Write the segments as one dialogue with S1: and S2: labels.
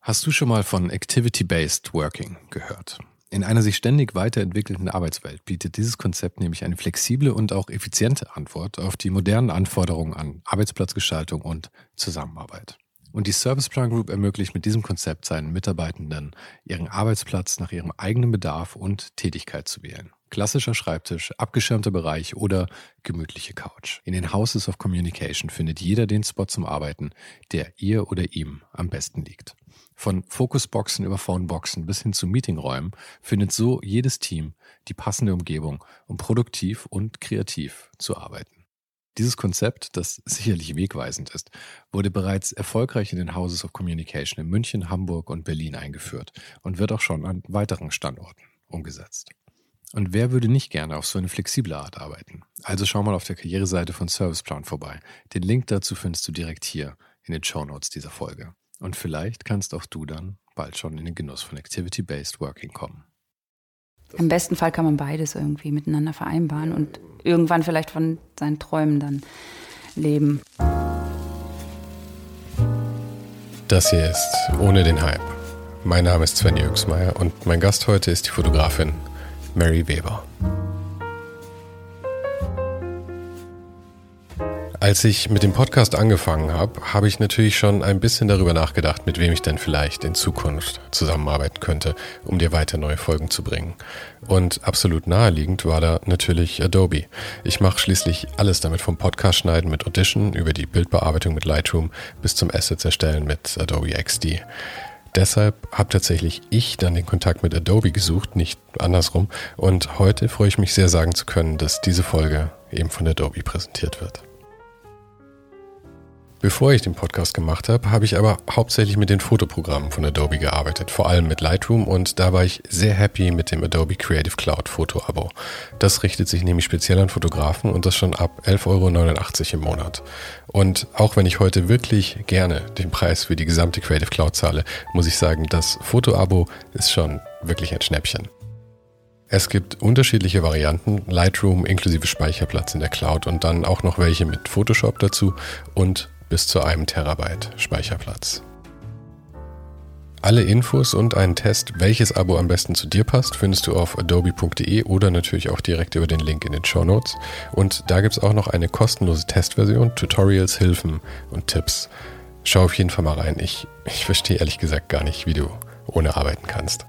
S1: Hast du schon mal von Activity-Based Working gehört? In einer sich ständig weiterentwickelnden Arbeitswelt bietet dieses Konzept nämlich eine flexible und auch effiziente Antwort auf die modernen Anforderungen an Arbeitsplatzgestaltung und Zusammenarbeit. Und die Serviceplan Group ermöglicht mit diesem Konzept seinen Mitarbeitenden, ihren Arbeitsplatz nach ihrem eigenen Bedarf und Tätigkeit zu wählen. Klassischer Schreibtisch, abgeschirmter Bereich oder gemütliche Couch. In den Houses of Communication findet jeder den Spot zum Arbeiten, der ihr oder ihm am besten liegt. Von Fokusboxen über Phoneboxen bis hin zu Meetingräumen findet so jedes Team die passende Umgebung, um produktiv und kreativ zu arbeiten. Dieses Konzept, das sicherlich wegweisend ist, wurde bereits erfolgreich in den Houses of Communication in München, Hamburg und Berlin eingeführt und wird auch schon an weiteren Standorten umgesetzt. Und wer würde nicht gerne auf so eine flexible Art arbeiten? Also schau mal auf der Karriereseite von Serviceplan vorbei. Den Link dazu findest du direkt hier in den Shownotes dieser Folge. Und vielleicht kannst auch du dann bald schon in den Genuss von Activity-Based Working kommen.
S2: Im besten Fall kann man beides irgendwie miteinander vereinbaren und irgendwann vielleicht von seinen Träumen dann leben.
S3: Das hier ist Ohne den Hype. Mein Name ist Sven Jürgsmeier und mein Gast heute ist die Fotografin Mary Weber. Als ich mit dem Podcast angefangen habe, habe ich natürlich schon ein bisschen darüber nachgedacht, mit wem ich denn vielleicht in Zukunft zusammenarbeiten könnte, um dir weiter neue Folgen zu bringen. Und absolut naheliegend war da natürlich Adobe. Ich mache schließlich alles damit, vom Podcast schneiden mit Audition über die Bildbearbeitung mit Lightroom bis zum Assets erstellen mit Adobe XD. Deshalb habe tatsächlich ich dann den Kontakt mit Adobe gesucht, nicht andersrum. Und heute freue ich mich sehr, sagen zu können, dass diese Folge eben von Adobe präsentiert wird. Bevor ich den Podcast gemacht habe, habe ich aber hauptsächlich mit den Fotoprogrammen von Adobe gearbeitet, vor allem mit Lightroom, und da war ich sehr happy mit dem Adobe Creative Cloud Foto-Abo. Das richtet sich nämlich speziell an Fotografen und das schon ab 11,89 € im Monat. Und auch wenn ich heute wirklich gerne den Preis für die gesamte Creative Cloud zahle, muss ich sagen, das Foto-Abo ist schon wirklich ein Schnäppchen. Es gibt unterschiedliche Varianten, Lightroom inklusive Speicherplatz in der Cloud und dann auch noch welche mit Photoshop dazu und bis zu 1 Terabyte Speicherplatz. Alle Infos und einen Test, welches Abo am besten zu dir passt, findest du auf adobe.de oder natürlich auch direkt über den Link in den Shownotes. Und da gibt es auch noch eine kostenlose Testversion, Tutorials, Hilfen und Tipps. Schau auf jeden Fall mal rein. Ich verstehe ehrlich gesagt gar nicht, wie du ohne arbeiten kannst.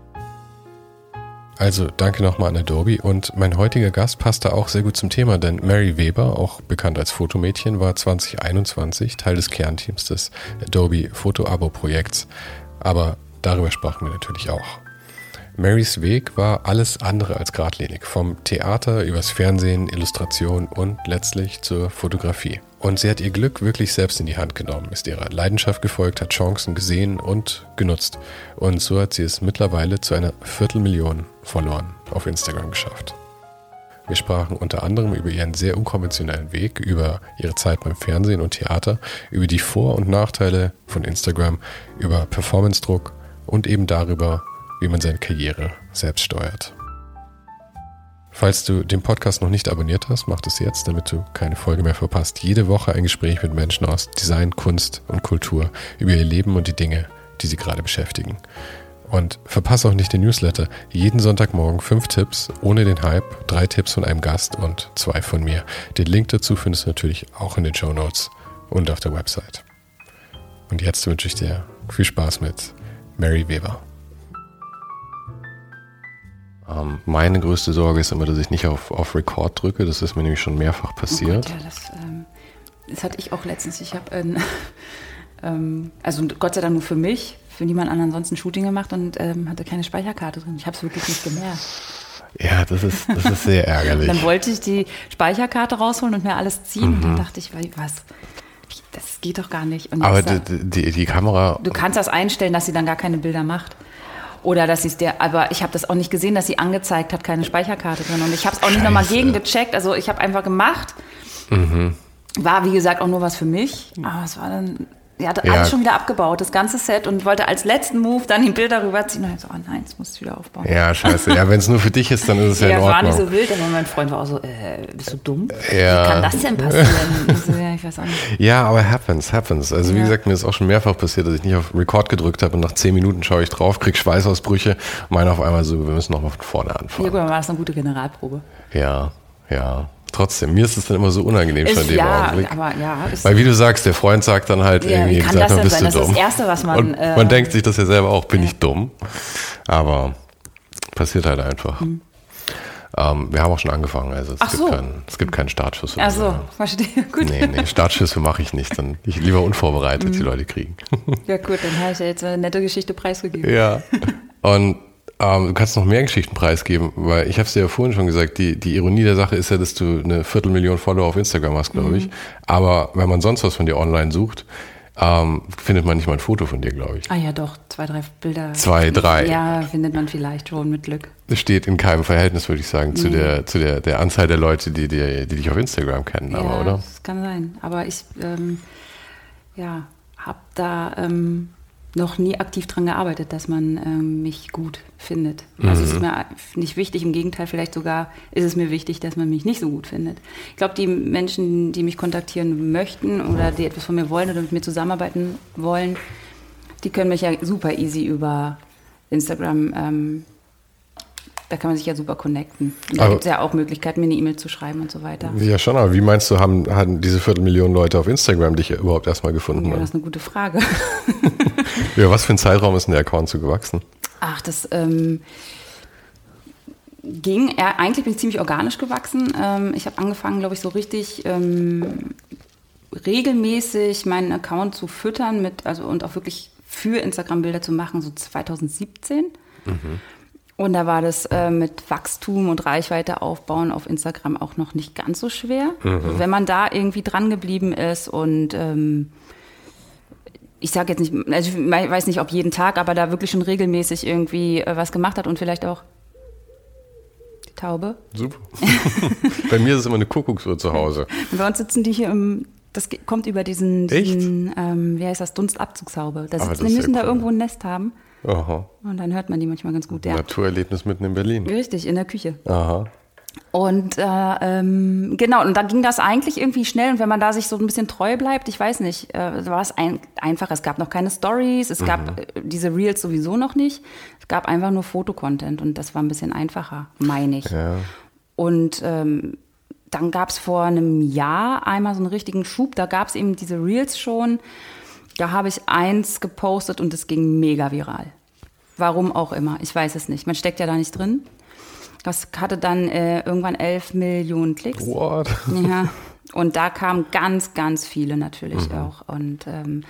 S3: Also danke nochmal an Adobe, und mein heutiger Gast passt da auch sehr gut zum Thema, denn Mary Weber, auch bekannt als Fotomädchen, war 2021 Teil des Kernteams des Adobe Foto-Abo-Projekts. Aber darüber sprachen wir natürlich auch. Marys Weg war alles andere als geradlinig, vom Theater übers Fernsehen, Illustration und letztlich zur Fotografie. Und sie hat ihr Glück wirklich selbst in die Hand genommen, ist ihrer Leidenschaft gefolgt, hat Chancen gesehen und genutzt. Und so hat sie es mittlerweile zu einer 250.000 Followern auf Instagram geschafft. Wir sprachen unter anderem über ihren sehr unkonventionellen Weg, über ihre Zeit beim Fernsehen und Theater, über die Vor- und Nachteile von Instagram, über Performance-Druck und eben darüber, wie man seine Karriere selbst steuert. Falls du den Podcast noch nicht abonniert hast, mach das jetzt, damit du keine Folge mehr verpasst. Jede Woche ein Gespräch mit Menschen aus Design, Kunst und Kultur über ihr Leben und die Dinge, die sie gerade beschäftigen. Und verpasse auch nicht den Newsletter. Jeden Sonntagmorgen 5 Tipps ohne den Hype, 3 Tipps von einem Gast und 2 von mir. Den Link dazu findest du natürlich auch in den Shownotes und auf der Website. Und jetzt wünsche ich dir viel Spaß mit Mary Weber. Meine größte Sorge ist immer, dass ich nicht auf Record drücke. Das ist mir nämlich schon mehrfach passiert.
S2: Oh Gott, ja, das hatte ich auch letztens. Ich habe, also Gott sei Dank nur für mich, für niemand anderen sonst ein Shooting gemacht und hatte keine Speicherkarte drin. Ich habe es wirklich nicht gemerkt.
S3: Ja, das ist sehr ärgerlich.
S2: Dann wollte ich die Speicherkarte rausholen und mir alles ziehen. Und dann dachte ich, was? Das geht doch gar nicht. Und
S3: aber die Kamera...
S2: Du kannst das einstellen, dass sie dann gar keine Bilder macht. Oder dass sie es aber ich habe das auch nicht gesehen, dass sie angezeigt hat, keine Speicherkarte drin. Und ich habe es auch nicht nochmal gegengecheckt. Also ich habe einfach gemacht. War, wie gesagt, auch nur was für mich. Aber es war dann Er hatte alles schon wieder abgebaut, das ganze Set, und wollte als letzten Move dann die Bilder rüberziehen. Und ich so, oh nein, jetzt musst du wieder aufbauen.
S3: Ja, scheiße. Ja, wenn es nur für dich ist, dann ist es ja in Ordnung.
S2: Ja, war nicht so wild, aber mein Freund war auch so, bist du dumm?
S3: Ja.
S2: Wie kann das denn passieren? So, ja, ich weiß auch nicht.
S3: Ja, aber happens. Also wie gesagt, mir ist auch schon mehrfach passiert, dass ich nicht auf Record gedrückt habe und nach 10 Minuten schaue ich drauf, krieg Schweißausbrüche und meine auf einmal so, wir müssen nochmal von vorne anfangen.
S2: Ja, gut, dann war das eine gute Generalprobe.
S3: Ja. Trotzdem, mir ist es dann immer so unangenehm schon in dem Augenblick.
S2: Aber
S3: weil wie du sagst, der Freund sagt dann halt irgendwie,
S2: kann das denn
S3: bist
S2: sein?
S3: du
S2: Das
S3: dumm.
S2: ist das Erste, was man...
S3: Und man denkt sich das ja selber auch, bin ich dumm? Aber passiert halt einfach. Wir haben auch schon angefangen, also es gibt keinen Startschuss.
S2: Ach so, verstehe. Gut.
S3: Nee, Startschüsse mache ich nicht. Ich lieber unvorbereitet die Leute kriegen.
S2: Ja gut, dann habe ich ja jetzt eine nette Geschichte preisgegeben.
S3: Ja, und du kannst noch mehr Geschichten preisgeben, weil ich habe es dir ja vorhin schon gesagt, die Ironie der Sache ist ja, dass du 250.000 Follower auf Instagram hast, glaube ich. Aber wenn man sonst was von dir online sucht, findet man nicht mal ein Foto von dir, glaube ich.
S2: Ah ja, doch, 2, 3 Bilder.
S3: 2, 3.
S2: Ja, findet man vielleicht schon mit Glück.
S3: Das steht in keinem Verhältnis, würde ich sagen, zu der Anzahl der Leute, die dich auf Instagram kennen,
S2: ja,
S3: aber, oder?
S2: Das kann sein. Aber ich habe da noch nie aktiv dran gearbeitet, dass man mich gut findet. Also es ist mir nicht wichtig, im Gegenteil, vielleicht sogar ist es mir wichtig, dass man mich nicht so gut findet. Ich glaube, die Menschen, die mich kontaktieren möchten oder die etwas von mir wollen oder mit mir zusammenarbeiten wollen, die können mich ja super easy über Instagram, da kann man sich ja super connecten. Und da gibt es ja auch Möglichkeiten, mir eine E-Mail zu schreiben und so weiter.
S3: Ja schon, aber wie meinst du, haben diese 250.000 Leute auf Instagram dich überhaupt erstmal gefunden?
S2: Ja, das ist eine gute Frage.
S3: Ja, was für ein Zeitraum ist denn der Account so gewachsen?
S2: Ach, das ging. Eigentlich bin ich ziemlich organisch gewachsen. Ich habe angefangen, glaube ich, so richtig regelmäßig meinen Account zu füttern und auch wirklich für Instagram-Bilder zu machen, so 2017. Und da war das mit Wachstum und Reichweite aufbauen auf Instagram auch noch nicht ganz so schwer. Wenn man da irgendwie dran geblieben ist und ich sage jetzt nicht, also ich weiß nicht, ob jeden Tag, aber da wirklich schon regelmäßig irgendwie was gemacht hat und vielleicht auch die Taube.
S3: Super. Bei mir ist es immer eine Kuckucksuhr zu Hause.
S2: Und bei uns sitzen die hier das kommt über diesen wie heißt das, Dunstabzugshaube. Die müssen da irgendwo ein Nest haben.
S3: Aha.
S2: Und dann hört man die manchmal ganz gut, ja.
S3: Naturerlebnis mitten in Berlin.
S2: Richtig, in der Küche.
S3: Aha.
S2: Und genau, und dann ging das eigentlich irgendwie schnell. Und wenn man da sich so ein bisschen treu bleibt, ich weiß nicht, war es einfach. Es gab noch keine Stories, es gab diese Reels sowieso noch nicht. Es gab einfach nur Fotocontent und das war ein bisschen einfacher, meine ich.
S3: Ja.
S2: Und dann gab es vor einem Jahr einmal so einen richtigen Schub. Da gab es eben diese Reels schon. Da habe ich eins gepostet und es ging mega viral. Warum auch immer, ich weiß es nicht. Man steckt ja da nicht drin. Das hatte dann irgendwann 11 Millionen Klicks.
S3: What?
S2: Ja, und da kamen ganz, ganz viele natürlich auch. Und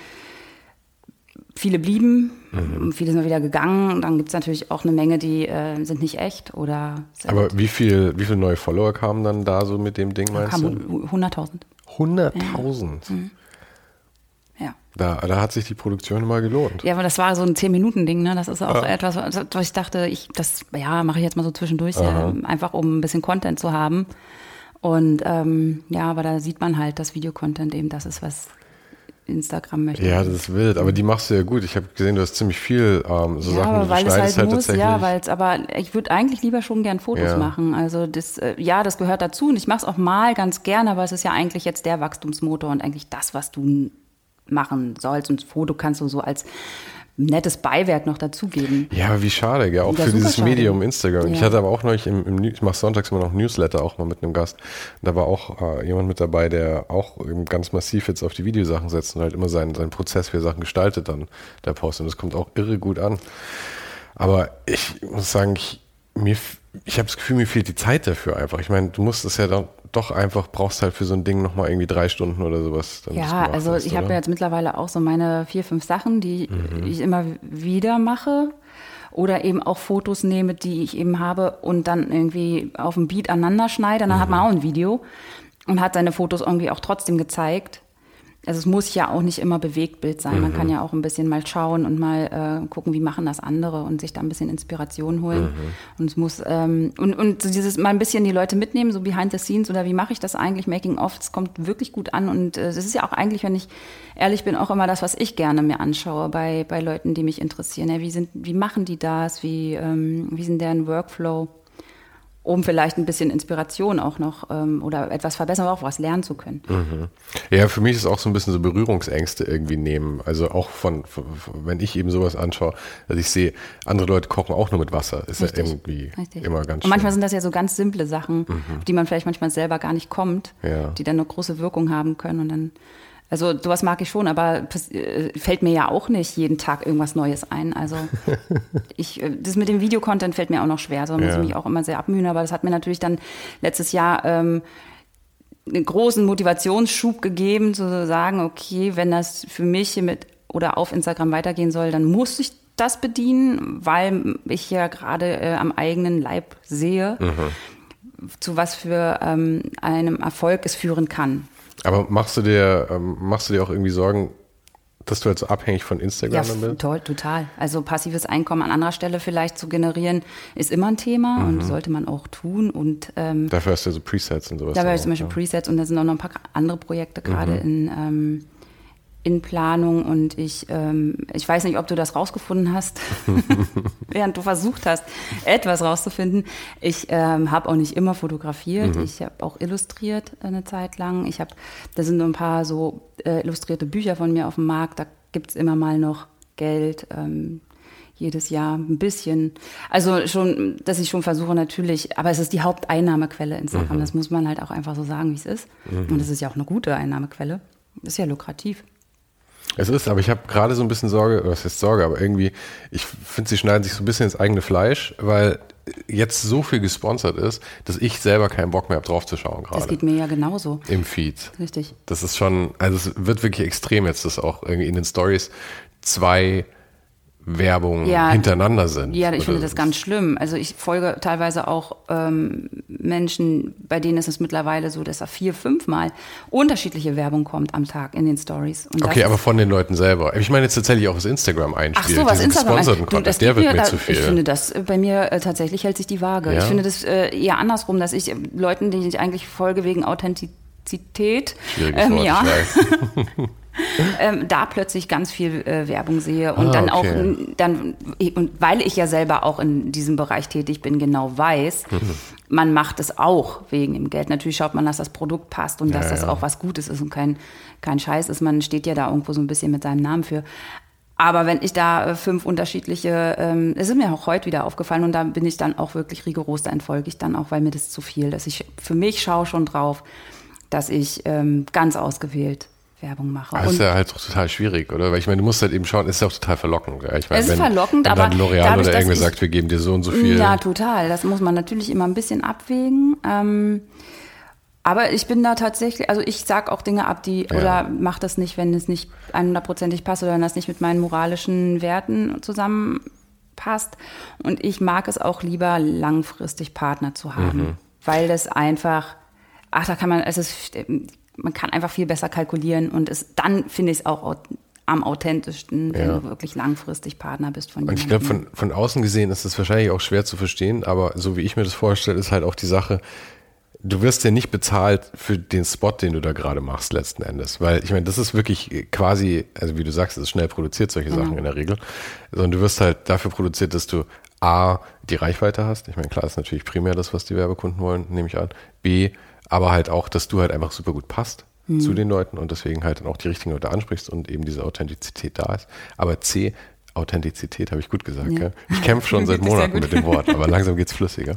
S2: viele blieben, viele sind wieder gegangen. Und dann gibt es natürlich auch eine Menge, die sind nicht echt.
S3: Aber wie viele neue Follower kamen dann da so mit dem Ding, meinst du?
S2: 100.000.
S3: 100.000?
S2: Ja.
S3: Da hat sich die Produktion mal gelohnt.
S2: Ja, aber das war so ein 10-Minuten-Ding, ne? Das ist auch etwas, was ich dachte, das mache ich jetzt mal so zwischendurch, einfach um ein bisschen Content zu haben. Und aber da sieht man halt, dass Videocontent eben das ist, was Instagram möchte.
S3: Ja, das ist wild, aber die machst du ja gut. Ich habe gesehen, du hast ziemlich viel Sachen, die du schneidest halt tatsächlich.
S2: Ja, aber ich würde eigentlich lieber schon gern Fotos machen. Also das gehört dazu und ich mache es auch mal ganz gerne, aber es ist ja eigentlich jetzt der Wachstumsmotor und eigentlich das, was du machen sollst. Und Foto kannst du so als nettes Beiwerk noch dazugeben.
S3: Ja, aber wie schade, gell? Auch für dieses Medium Instagram. Ja. Ich hatte aber auch neulich ich mache sonntags immer noch Newsletter, auch mal mit einem Gast. Da war auch jemand mit dabei, der auch ganz massiv jetzt auf die Videosachen setzt und halt immer seinen Prozess, wie er Sachen gestaltet, dann der Post. Und das kommt auch irre gut an. Aber ich muss sagen, ich habe das Gefühl, mir fehlt die Zeit dafür einfach. Ich meine, du musst es ja doch einfach, brauchst halt für so ein Ding nochmal irgendwie 3 Stunden oder sowas.
S2: Ja, also ich habe ja jetzt mittlerweile auch so meine 4, 5 Sachen, die ich immer wieder mache oder eben auch Fotos nehme, die ich eben habe und dann irgendwie auf dem Beat aneinander schneide. Dann hat man auch ein Video und hat seine Fotos irgendwie auch trotzdem gezeigt. Also es muss ja auch nicht immer Bewegtbild sein. Man kann ja auch ein bisschen mal schauen und mal gucken, wie machen das andere und sich da ein bisschen Inspiration holen. Und es muss und so dieses mal ein bisschen die Leute mitnehmen, so behind the scenes oder wie mache ich das eigentlich, Making of, es kommt wirklich gut an. Und das ist ja auch eigentlich, wenn ich ehrlich bin, auch immer das, was ich gerne mir anschaue bei Leuten, die mich interessieren. Ja, wie machen die das? Wie sind deren Workflow? Um vielleicht ein bisschen Inspiration auch noch oder etwas verbessern, aber auch was lernen zu können.
S3: Ja, für mich ist auch so ein bisschen so Berührungsängste irgendwie nehmen. Also auch von wenn ich eben sowas anschaue, dass ich sehe, andere Leute kochen auch nur mit Wasser. Ist ja irgendwie immer ganz schön.
S2: Und manchmal sind das ja so ganz simple Sachen, auf die man vielleicht manchmal selber gar nicht kommt, die dann eine große Wirkung haben können und dann. Also sowas mag ich schon, aber fällt mir ja auch nicht jeden Tag irgendwas Neues ein. Also das mit dem Videocontent fällt mir auch noch schwer. Da muss ich mich auch immer sehr abmühen. Aber das hat mir natürlich dann letztes Jahr einen großen Motivationsschub gegeben, zu sagen, okay, wenn das für mich mit oder auf Instagram weitergehen soll, dann muss ich das bedienen, weil ich ja gerade am eigenen Leib sehe, zu was für einem Erfolg es führen kann.
S3: Aber machst du dir auch irgendwie Sorgen, dass du halt so abhängig von Instagram bist?
S2: Ja, total. Also passives Einkommen an anderer Stelle vielleicht zu generieren, ist immer ein Thema und sollte man auch tun. Und
S3: dafür hast du ja so Presets und sowas.
S2: Da habe ich zum Beispiel Presets und da sind auch noch ein paar andere Projekte gerade in Planung und ich weiß nicht, ob du das rausgefunden hast, während du versucht hast, etwas rauszufinden. Ich habe auch nicht immer fotografiert, ich habe auch illustriert eine Zeit lang. Da sind nur ein paar so illustrierte Bücher von mir auf dem Markt, da gibt es immer mal noch Geld, jedes Jahr ein bisschen. Also schon, dass ich schon versuche natürlich, aber es ist die Haupteinnahmequelle Instagram, das muss man halt auch einfach so sagen, wie es ist. Und es ist ja auch eine gute Einnahmequelle, ist ja lukrativ.
S3: Es ist, aber ich habe gerade so ein bisschen Sorge, was heißt Sorge, aber irgendwie, ich finde, sie schneiden sich so ein bisschen ins eigene Fleisch, weil jetzt so viel gesponsert ist, dass ich selber keinen Bock mehr habe, drauf zu schauen gerade.
S2: Das geht mir ja genauso.
S3: Im Feed.
S2: Richtig.
S3: Das ist schon, also es wird wirklich extrem jetzt, dass auch irgendwie in den Stories 2 Werbung hintereinander sind.
S2: Ja, ich finde das ganz schlimm. Also ich folge teilweise auch Menschen, bei denen ist es mittlerweile so, dass da 4-5 Mal unterschiedliche Werbung kommt am Tag in den Stories. Und
S3: okay, aber von den Leuten selber. Ich meine jetzt tatsächlich auch das Instagram einspielt.
S2: Ach so, was Instagram
S3: Content, der wird mir zu viel.
S2: Ich finde das bei mir tatsächlich hält sich die Waage. Ja? Ich finde das eher andersrum, dass ich Leuten, denen ich eigentlich folge wegen Authentizität,
S3: schwieriges Wort,
S2: ja. Da plötzlich ganz viel Werbung sehe und und weil ich ja selber auch in diesem Bereich tätig bin, genau weiß, man macht es auch wegen dem Geld. Natürlich schaut man, dass das Produkt passt und dass das auch was Gutes ist und kein Scheiß ist. Man steht ja da irgendwo so ein bisschen mit seinem Namen für. Aber wenn ich da 5 unterschiedliche, es ist mir auch heute wieder aufgefallen und da bin ich dann auch wirklich rigoros, da entfolge ich dann auch, weil mir das zu viel ist. Für mich schaue schon drauf, dass ich ganz ausgewählt Werbung mache.
S3: Das ist ja halt total schwierig, oder? Weil ich meine, du musst halt eben schauen, ist ja auch total verlockend. Ja? Ich meine,
S2: es ist verlockend, aber
S3: wenn dann L'Oreal oder irgendwer sagt, wir geben dir so und so viel.
S2: Ja, total. Das muss man natürlich immer ein bisschen abwägen. Aber ich bin da tatsächlich, also ich sag auch Dinge ab, oder mache das nicht, wenn es nicht 100%ig passt oder wenn das nicht mit meinen moralischen Werten zusammenpasst. Und ich mag es auch lieber, langfristig Partner zu haben. Weil das einfach, man kann einfach viel besser kalkulieren und dann finde ich es auch am authentischsten, wenn du wirklich langfristig Partner bist von jemandem.
S3: Und ich glaube, von außen gesehen ist das wahrscheinlich auch schwer zu verstehen, aber so wie ich mir das vorstelle, ist halt auch die Sache, du wirst ja nicht bezahlt für den Spot, den du da gerade machst, letzten Endes. Weil, ich meine, das ist wirklich quasi, also wie du sagst, es ist schnell produziert, solche Sachen in der Regel. Sondern du wirst halt dafür produziert, dass du A, die Reichweite hast. Ich meine, klar, ist natürlich primär das, was die Werbekunden wollen, nehme ich an. B, aber halt auch, dass du halt einfach super gut passt zu den Leuten und deswegen halt dann auch die richtigen Leute ansprichst und eben diese Authentizität da ist. Aber C, Authentizität habe ich gut gesagt. Ja. Ich kämpfe schon seit Monaten mit dem Wort, aber langsam geht's flüssiger.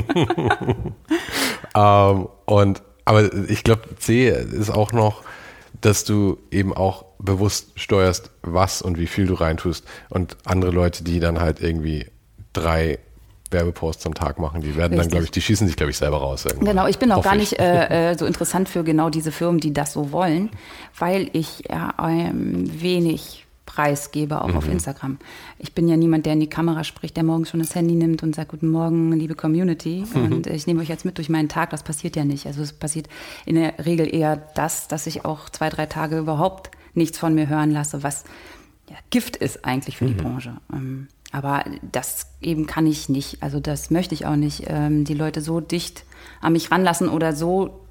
S3: Aber ich glaube, C ist auch noch, dass du eben auch bewusst steuerst, was und wie viel du reintust und andere Leute, die dann halt irgendwie 3 Werbeposts am Tag machen, die werden dann, glaube ich, die schießen sich, glaube ich, selber raus. Irgendwann.
S2: Genau, ich bin auch gar nicht so interessant für genau diese Firmen, die das so wollen, weil ich wenig preisgebe, auch auf Instagram. Ich bin ja niemand, der in die Kamera spricht, der morgens schon das Handy nimmt und sagt, guten Morgen, liebe Community. Und ich nehme euch jetzt mit durch meinen Tag. Das passiert ja nicht. Also es passiert in der Regel eher dass ich auch 2-3 Tage überhaupt nichts von mir hören lasse, was ja, Gift ist eigentlich für die Branche. Aber das eben kann ich nicht. Also das möchte ich auch nicht. Die Leute so dicht an mich ranlassen oder so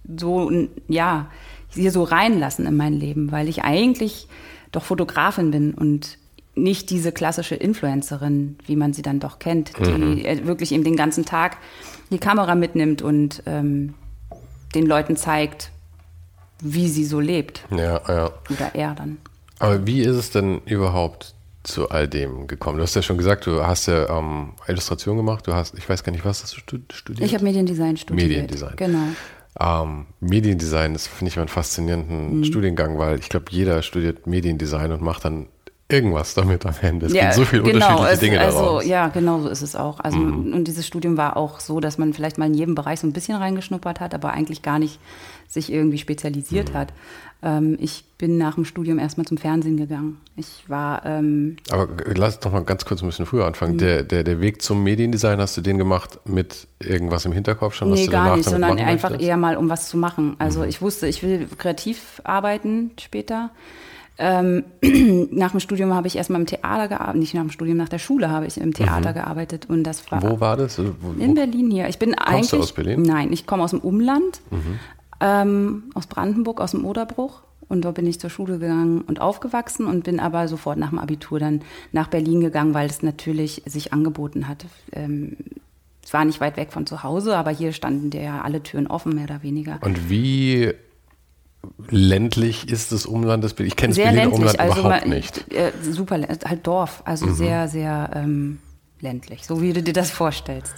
S2: ja, hier so reinlassen in mein Leben, weil ich eigentlich doch Fotografin bin und nicht diese klassische Influencerin, wie man sie dann doch kennt, die wirklich eben den ganzen Tag die Kamera mitnimmt und den Leuten zeigt, wie sie so lebt.
S3: Ja.
S2: Oder er dann.
S3: Aber wie ist es denn überhaupt zu all dem gekommen? Du hast ja schon gesagt, du hast ja Illustration gemacht, ich weiß gar nicht, was hast du studiert?
S2: Ich habe Mediendesign studiert.
S3: Mediendesign.
S2: Genau.
S3: Mediendesign, das finde ich mal einen faszinierenden Studiengang, weil ich glaube, jeder studiert Mediendesign und macht dann irgendwas damit am Ende. Es gibt so viele unterschiedliche Dinge daraus.
S2: Ja, genau so ist es auch. Also, und dieses Studium war auch so, dass man vielleicht mal in jedem Bereich so ein bisschen reingeschnuppert hat, aber eigentlich gar nicht sich irgendwie spezialisiert hat. Ich bin nach dem Studium erstmal zum Fernsehen gegangen. Ich war...
S3: aber lass doch mal ganz kurz ein bisschen früher anfangen. Der Weg zum Mediendesign, hast du den gemacht mit irgendwas im Hinterkopf schon? Was
S2: nee,
S3: du
S2: gar
S3: danach
S2: nicht,
S3: damit
S2: sondern
S3: machen
S2: einfach
S3: möchtest?
S2: eher mal, um was zu machen. Also ich wusste, ich will kreativ arbeiten später. Nach dem Studium habe ich erstmal im Theater gearbeitet, nicht nach dem Studium, nach der Schule habe ich im Theater gearbeitet und das war...
S3: Wo war das?
S2: In Berlin hier. Ich bin
S3: Kommst du aus Berlin?
S2: Nein, ich komme aus dem Umland, aus Brandenburg, aus dem Oderbruch und dort bin ich zur Schule gegangen und aufgewachsen und bin aber sofort nach dem Abitur dann nach Berlin gegangen, weil es natürlich sich angeboten hat. Es war nicht weit weg von zu Hause, aber hier standen ja alle Türen offen, mehr oder weniger.
S3: Und wie ländlich ist das Umland des Berlin? Ich kenne das
S2: Sehr
S3: Berliner
S2: ländlich,
S3: Umland überhaupt nicht.
S2: Super, halt Dorf, also sehr, sehr ländlich, so wie du dir das vorstellst.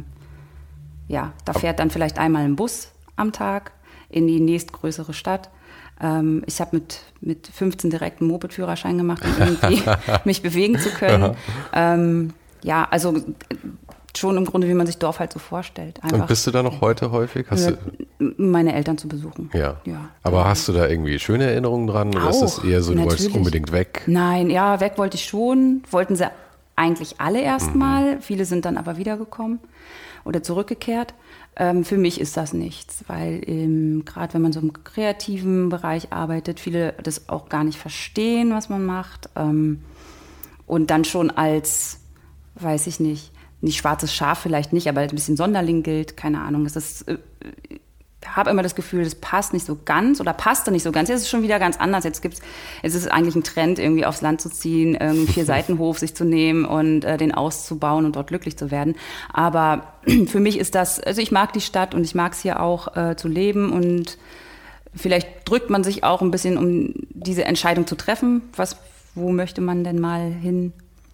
S2: Ja, da fährt dann vielleicht einmal ein Bus am Tag in die nächstgrößere Stadt. Ich habe mit 15 direkt einen Moped-Führerschein gemacht, um irgendwie mich bewegen zu können. Ja, also schon im Grunde, wie man sich Dorf halt so vorstellt. Einfach,
S3: und bist du da noch heute häufig?
S2: meine Eltern zu besuchen.
S3: Ja. Aber hast du da irgendwie schöne Erinnerungen dran? Oder ist das eher so, du wolltest unbedingt weg?
S2: Nein, ja, weg wollte ich schon. Wollten sie eigentlich alle erstmal. Viele sind dann aber wiedergekommen oder zurückgekehrt. Für mich ist das nichts, weil gerade wenn man so im kreativen Bereich arbeitet, viele das auch gar nicht verstehen, was man macht. Und dann schon als, weiß ich nicht schwarzes Schaf vielleicht nicht, aber ein bisschen Sonderling gilt, keine Ahnung. Ich habe immer das Gefühl, das passt nicht so ganz oder passte nicht so ganz. Jetzt ist es schon wieder ganz anders. Jetzt ist es eigentlich ein Trend, irgendwie aufs Land zu ziehen, einen 4-Seiten-Hof sich zu nehmen und den auszubauen und dort glücklich zu werden. Aber für mich ist das, also ich mag die Stadt und ich mag es hier auch zu leben und vielleicht drückt man sich auch ein bisschen, um diese Entscheidung zu treffen. Wo möchte man denn mal hin?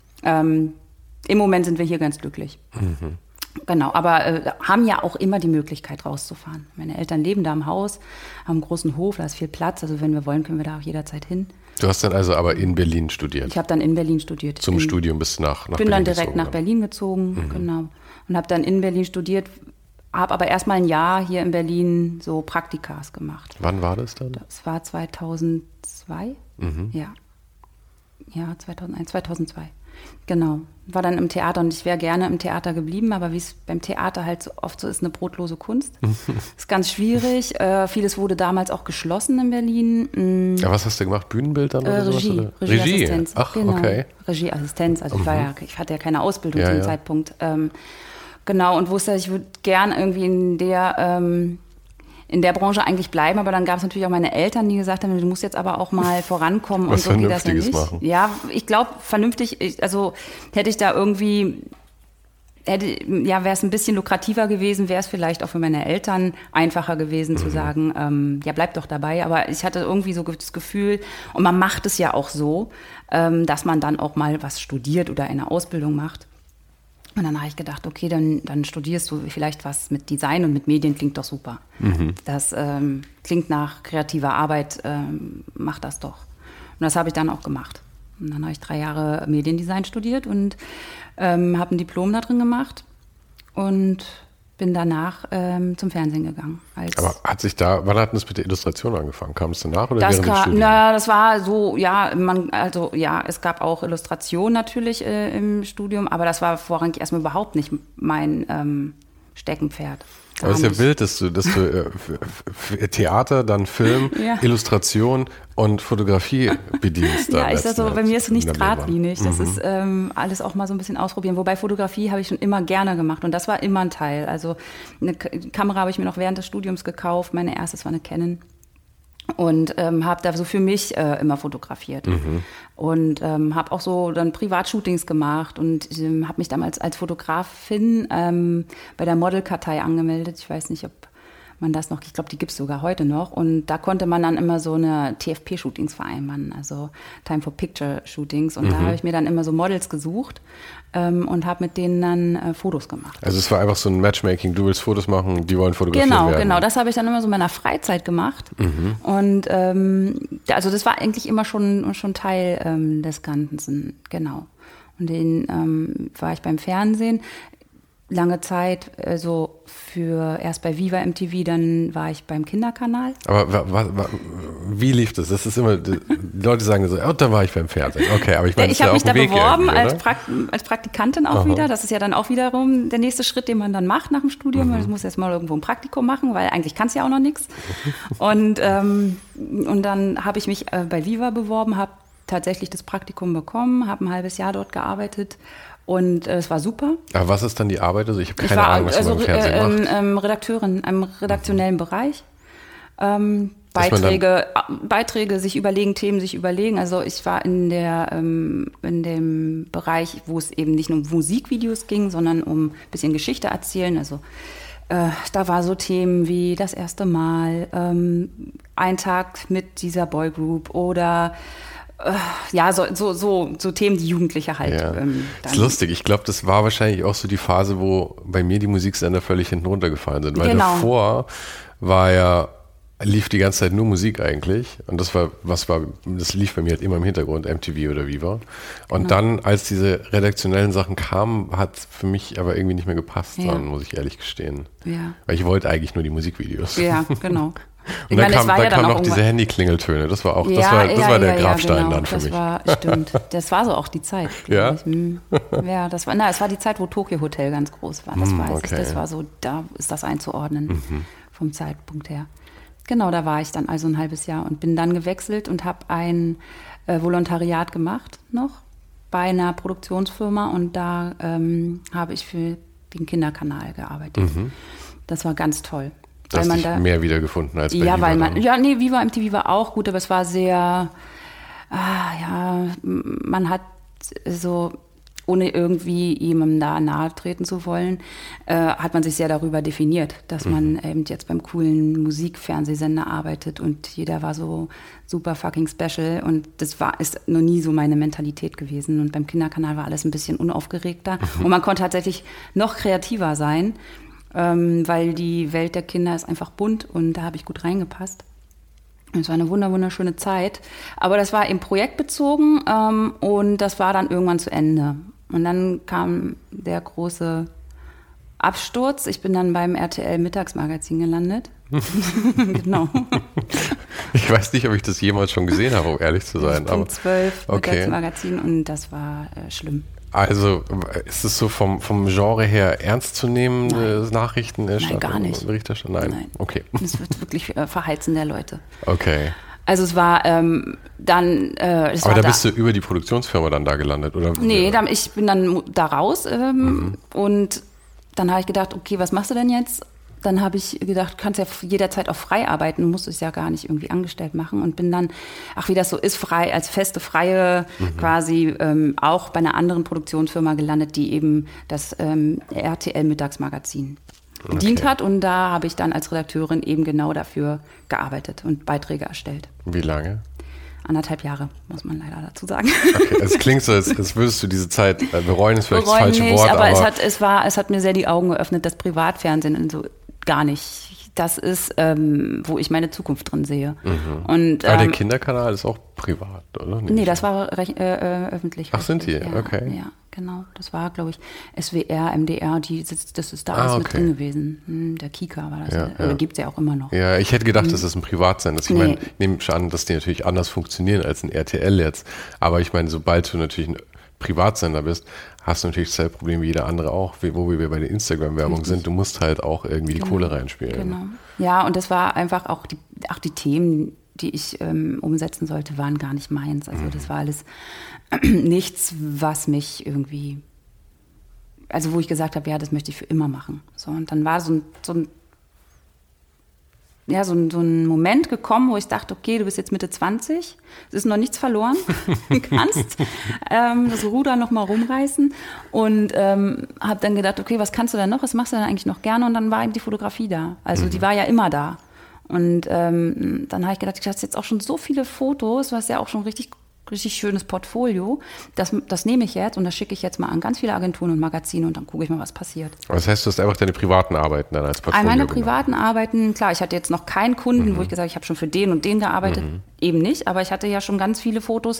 S2: Im Moment sind wir hier ganz glücklich. Genau, aber haben ja auch immer die Möglichkeit rauszufahren. Meine Eltern leben da im Haus, haben einen großen Hof, da ist viel Platz. Also wenn wir wollen, können wir da auch jederzeit hin.
S3: Du hast dann also aber in Berlin studiert?
S2: Ich habe dann in Berlin studiert.
S3: Zum Studium bist du nach Berlin
S2: gezogen? Ich bin dann direkt
S3: gezogen,
S2: nach Berlin gezogen, genau. Und habe dann in Berlin studiert, habe aber erst mal ein Jahr hier in Berlin so Praktikas gemacht.
S3: Wann war das dann?
S2: Das war 2002, ja. Ja, 2001, 2002. Genau, war dann im Theater und ich wäre gerne im Theater geblieben, aber wie es beim Theater halt so oft so ist, eine brotlose Kunst. Ist ganz schwierig. Vieles wurde damals auch geschlossen in Berlin.
S3: Ja, was hast du gemacht? Bühnenbild dann oder sowas? Oder?
S2: Regieassistenz.
S3: Ach,
S2: genau.
S3: Okay.
S2: Regieassistenz. Also ich hatte ja keine Ausbildung zu dem Zeitpunkt. Genau, und wusste, ich würde gern irgendwie in der Branche eigentlich bleiben, aber dann gab es natürlich auch meine Eltern, die gesagt haben, du musst jetzt aber auch mal vorankommen
S3: was
S2: und so geht das ja
S3: Vernünftiges
S2: nicht.
S3: Machen.
S2: Ja, ich glaube, vernünftig, also hätte ich da irgendwie, wäre es ein bisschen lukrativer gewesen, wäre es vielleicht auch für meine Eltern einfacher gewesen zu sagen, ja, bleib doch dabei. Aber ich hatte irgendwie so das Gefühl, und man macht es ja auch so, dass man dann auch mal was studiert oder eine Ausbildung macht. Und dann habe ich gedacht, okay, dann studierst du vielleicht was mit Design und mit Medien, klingt doch super. Das klingt nach kreativer Arbeit, mach das doch. Und das habe ich dann auch gemacht. Und dann habe ich 3 Jahre Mediendesign studiert und habe ein Diplom da drin gemacht. Und bin danach zum Fernsehen gegangen.
S3: Aber wann hat das mit der Illustration angefangen? Kam es danach oder
S2: das
S3: während des Studiums?
S2: Das war so, es gab auch Illustration natürlich im Studium, aber das war vorrangig erstmal überhaupt nicht mein Steckenpferd.
S3: Aber es ist ja wild, dass du Theater, dann Film, Illustration und Fotografie bedienst.
S2: Ja, bei mir ist es nicht geradlinig. Das ist alles auch mal so ein bisschen ausprobieren. Wobei Fotografie habe ich schon immer gerne gemacht und das war immer ein Teil. Also eine Kamera habe ich mir noch während des Studiums gekauft. Meine erste war eine Canon. Und habe da so für mich immer fotografiert. Und habe auch so dann Privatshootings gemacht und habe mich damals als Fotografin bei der Modelkartei angemeldet. Ich weiß nicht, ob man das noch, ich glaube, die gibt es sogar heute noch. Und da konnte man dann immer so eine TFP-Shootings vereinbaren, also Time for Picture-Shootings. Und da habe ich mir dann immer so Models gesucht und habe mit denen dann Fotos gemacht.
S3: Also es war einfach so ein Matchmaking, du willst Fotos machen, die wollen fotografiert werden.
S2: Genau, das habe ich dann immer so in meiner Freizeit gemacht. Und also das war eigentlich immer schon Teil des Ganzen, genau. Und den war ich beim Fernsehen. Lange Zeit, so erst bei Viva MTV, dann war ich beim Kinderkanal.
S3: Aber wie lief das? Das ist immer, die Leute sagen so, da war ich beim Fernsehen. Okay, aber ich meine,
S2: ich habe mich da beworben als Praktikantin auch wieder. Das ist ja dann auch wiederum der nächste Schritt, den man dann macht nach dem Studium. Ich muss erst mal irgendwo ein Praktikum machen, weil eigentlich kannst du ja auch noch nichts. Und dann habe ich mich bei Viva beworben, habe tatsächlich das Praktikum bekommen, habe ein halbes Jahr dort gearbeitet. Und es war super.
S3: Aber was ist dann die Arbeit? Also ich habe keine Ahnung, was man im Fernsehen macht.
S2: Redakteurin im redaktionellen Bereich. Beiträge sich überlegen, Themen sich überlegen. Also ich war in dem Bereich, wo es eben nicht nur um Musikvideos ging, sondern um ein bisschen Geschichte erzählen. Also da war so Themen wie das erste Mal, ein Tag mit dieser Boygroup oder so Themen, die Jugendliche halt.
S3: Ja. Das ist lustig. Ich glaube, das war wahrscheinlich auch so die Phase, wo bei mir die Musiksender völlig hinten runtergefallen sind. Weil davor lief die ganze Zeit nur Musik eigentlich. Und das lief bei mir halt immer im Hintergrund, MTV oder Viva. Und dann, als diese redaktionellen Sachen kamen, hat es für mich aber irgendwie nicht mehr gepasst, dann, muss ich ehrlich gestehen. Ja. Weil ich wollte eigentlich nur die Musikvideos.
S2: Ja, genau.
S3: Und dann kam noch diese Handyklingeltöne. Das war auch, das war der Grabstein dann für mich.
S2: Stimmt. Das war so auch die Zeit.
S3: Ja?
S2: Ja, es war die Zeit, wo Tokyo Hotel ganz groß war. Das weiß ich. Das war so, da ist das einzuordnen vom Zeitpunkt her. Genau, da war ich dann also ein halbes Jahr und bin dann gewechselt und habe ein Volontariat gemacht noch bei einer Produktionsfirma und da habe ich für den Kinderkanal gearbeitet. Das war ganz toll.
S3: Da hast du mehr wiedergefunden als bei Viva.
S2: Viva MTV war auch gut, aber es war sehr, man hat so, ohne irgendwie jemandem da nahe treten zu wollen, hat man sich sehr darüber definiert, dass man eben jetzt beim coolen Musikfernsehsender arbeitet und jeder war so super fucking special und ist noch nie so meine Mentalität gewesen und beim Kinderkanal war alles ein bisschen unaufgeregter und man konnte tatsächlich noch kreativer sein, weil die Welt der Kinder ist einfach bunt und da habe ich gut reingepasst. Es war eine wunderschöne Zeit, aber das war eben projektbezogen und das war dann irgendwann zu Ende. Und dann kam der große Absturz. Ich bin dann beim RTL Mittagsmagazin gelandet. Genau.
S3: Ich weiß nicht, ob ich das jemals schon gesehen habe, um ehrlich zu sein.
S2: Punkt 12 Mittagsmagazin und das war schlimm.
S3: Also ist es so vom Genre her ernst zu nehmen, Nachrichten?
S2: Nein, gar nicht.
S3: Berichterstattung? Nein. Okay.
S2: Es wird wirklich Verheizen der Leute.
S3: Okay.
S2: Also es war dann...
S3: Aber da bist du über die Produktionsfirma dann da gelandet, oder?
S2: Nee, ich bin dann da raus und dann habe ich gedacht, okay, was machst du denn jetzt? Dann habe ich gedacht, kannst ja jederzeit auch frei arbeiten, musst es ja gar nicht irgendwie angestellt machen und bin dann, wie das so ist, frei, als feste Freie quasi auch bei einer anderen Produktionsfirma gelandet, die eben das RTL-Mittagsmagazin bedient hat und da habe ich dann als Redakteurin eben genau dafür gearbeitet und Beiträge erstellt.
S3: Wie lange?
S2: 1,5 Jahre, muss man leider dazu sagen.
S3: Okay, es klingt so, als würdest du diese Zeit bereuen, ist vielleicht das falsche Wort.
S2: Aber es hat mir sehr die Augen geöffnet, das Privatfernsehen so gar nicht. Das ist, wo ich meine Zukunft drin sehe. Und,
S3: aber der Kinderkanal ist auch privat, oder?
S2: Nee, das war öffentlich.
S3: Ach, sind die?
S2: Ja,
S3: okay.
S2: Ja, genau. Das war, glaube ich, SWR, MDR, das ist da alles mit drin gewesen. Der Kika war das.
S3: Ja.
S2: Oder gibt es ja auch immer noch.
S3: Ja, ich hätte gedacht, das ist ein Privatsender. Ich meine, ich nehme schon an, dass die natürlich anders funktionieren als ein RTL jetzt. Aber ich meine, sobald du natürlich ein Privatsender bist, hast du natürlich dasselbe Problem wie jeder andere auch, wo wir bei der Instagram-Werbung sind. Du musst halt auch irgendwie die Kohle reinspielen.
S2: Genau. Ja, und das war einfach auch die Themen, die ich umsetzen sollte, waren gar nicht meins. Also das war alles nichts, was mich irgendwie, also wo ich gesagt habe, ja, das möchte ich für immer machen. So, und dann war so ein Moment gekommen, wo ich dachte, okay, du bist jetzt Mitte 20, es ist noch nichts verloren, du kannst das Ruder noch mal rumreißen und habe dann gedacht, okay, was kannst du denn noch, was machst du denn eigentlich noch gerne? Und dann war eben die Fotografie da, also die war ja immer da. Und dann habe ich gedacht, ich hatte jetzt auch schon so viele Fotos, du hast ja auch schon richtig schönes Portfolio, das nehme ich jetzt und das schicke ich jetzt mal an ganz viele Agenturen und Magazine und dann gucke ich mal, was passiert.
S3: Aber das heißt, du hast einfach deine privaten Arbeiten dann als Portfolio
S2: meine privaten Arbeiten, klar, ich hatte jetzt noch keinen Kunden, wo ich gesagt habe, ich habe schon für den und den gearbeitet, eben nicht, aber ich hatte ja schon ganz viele Fotos,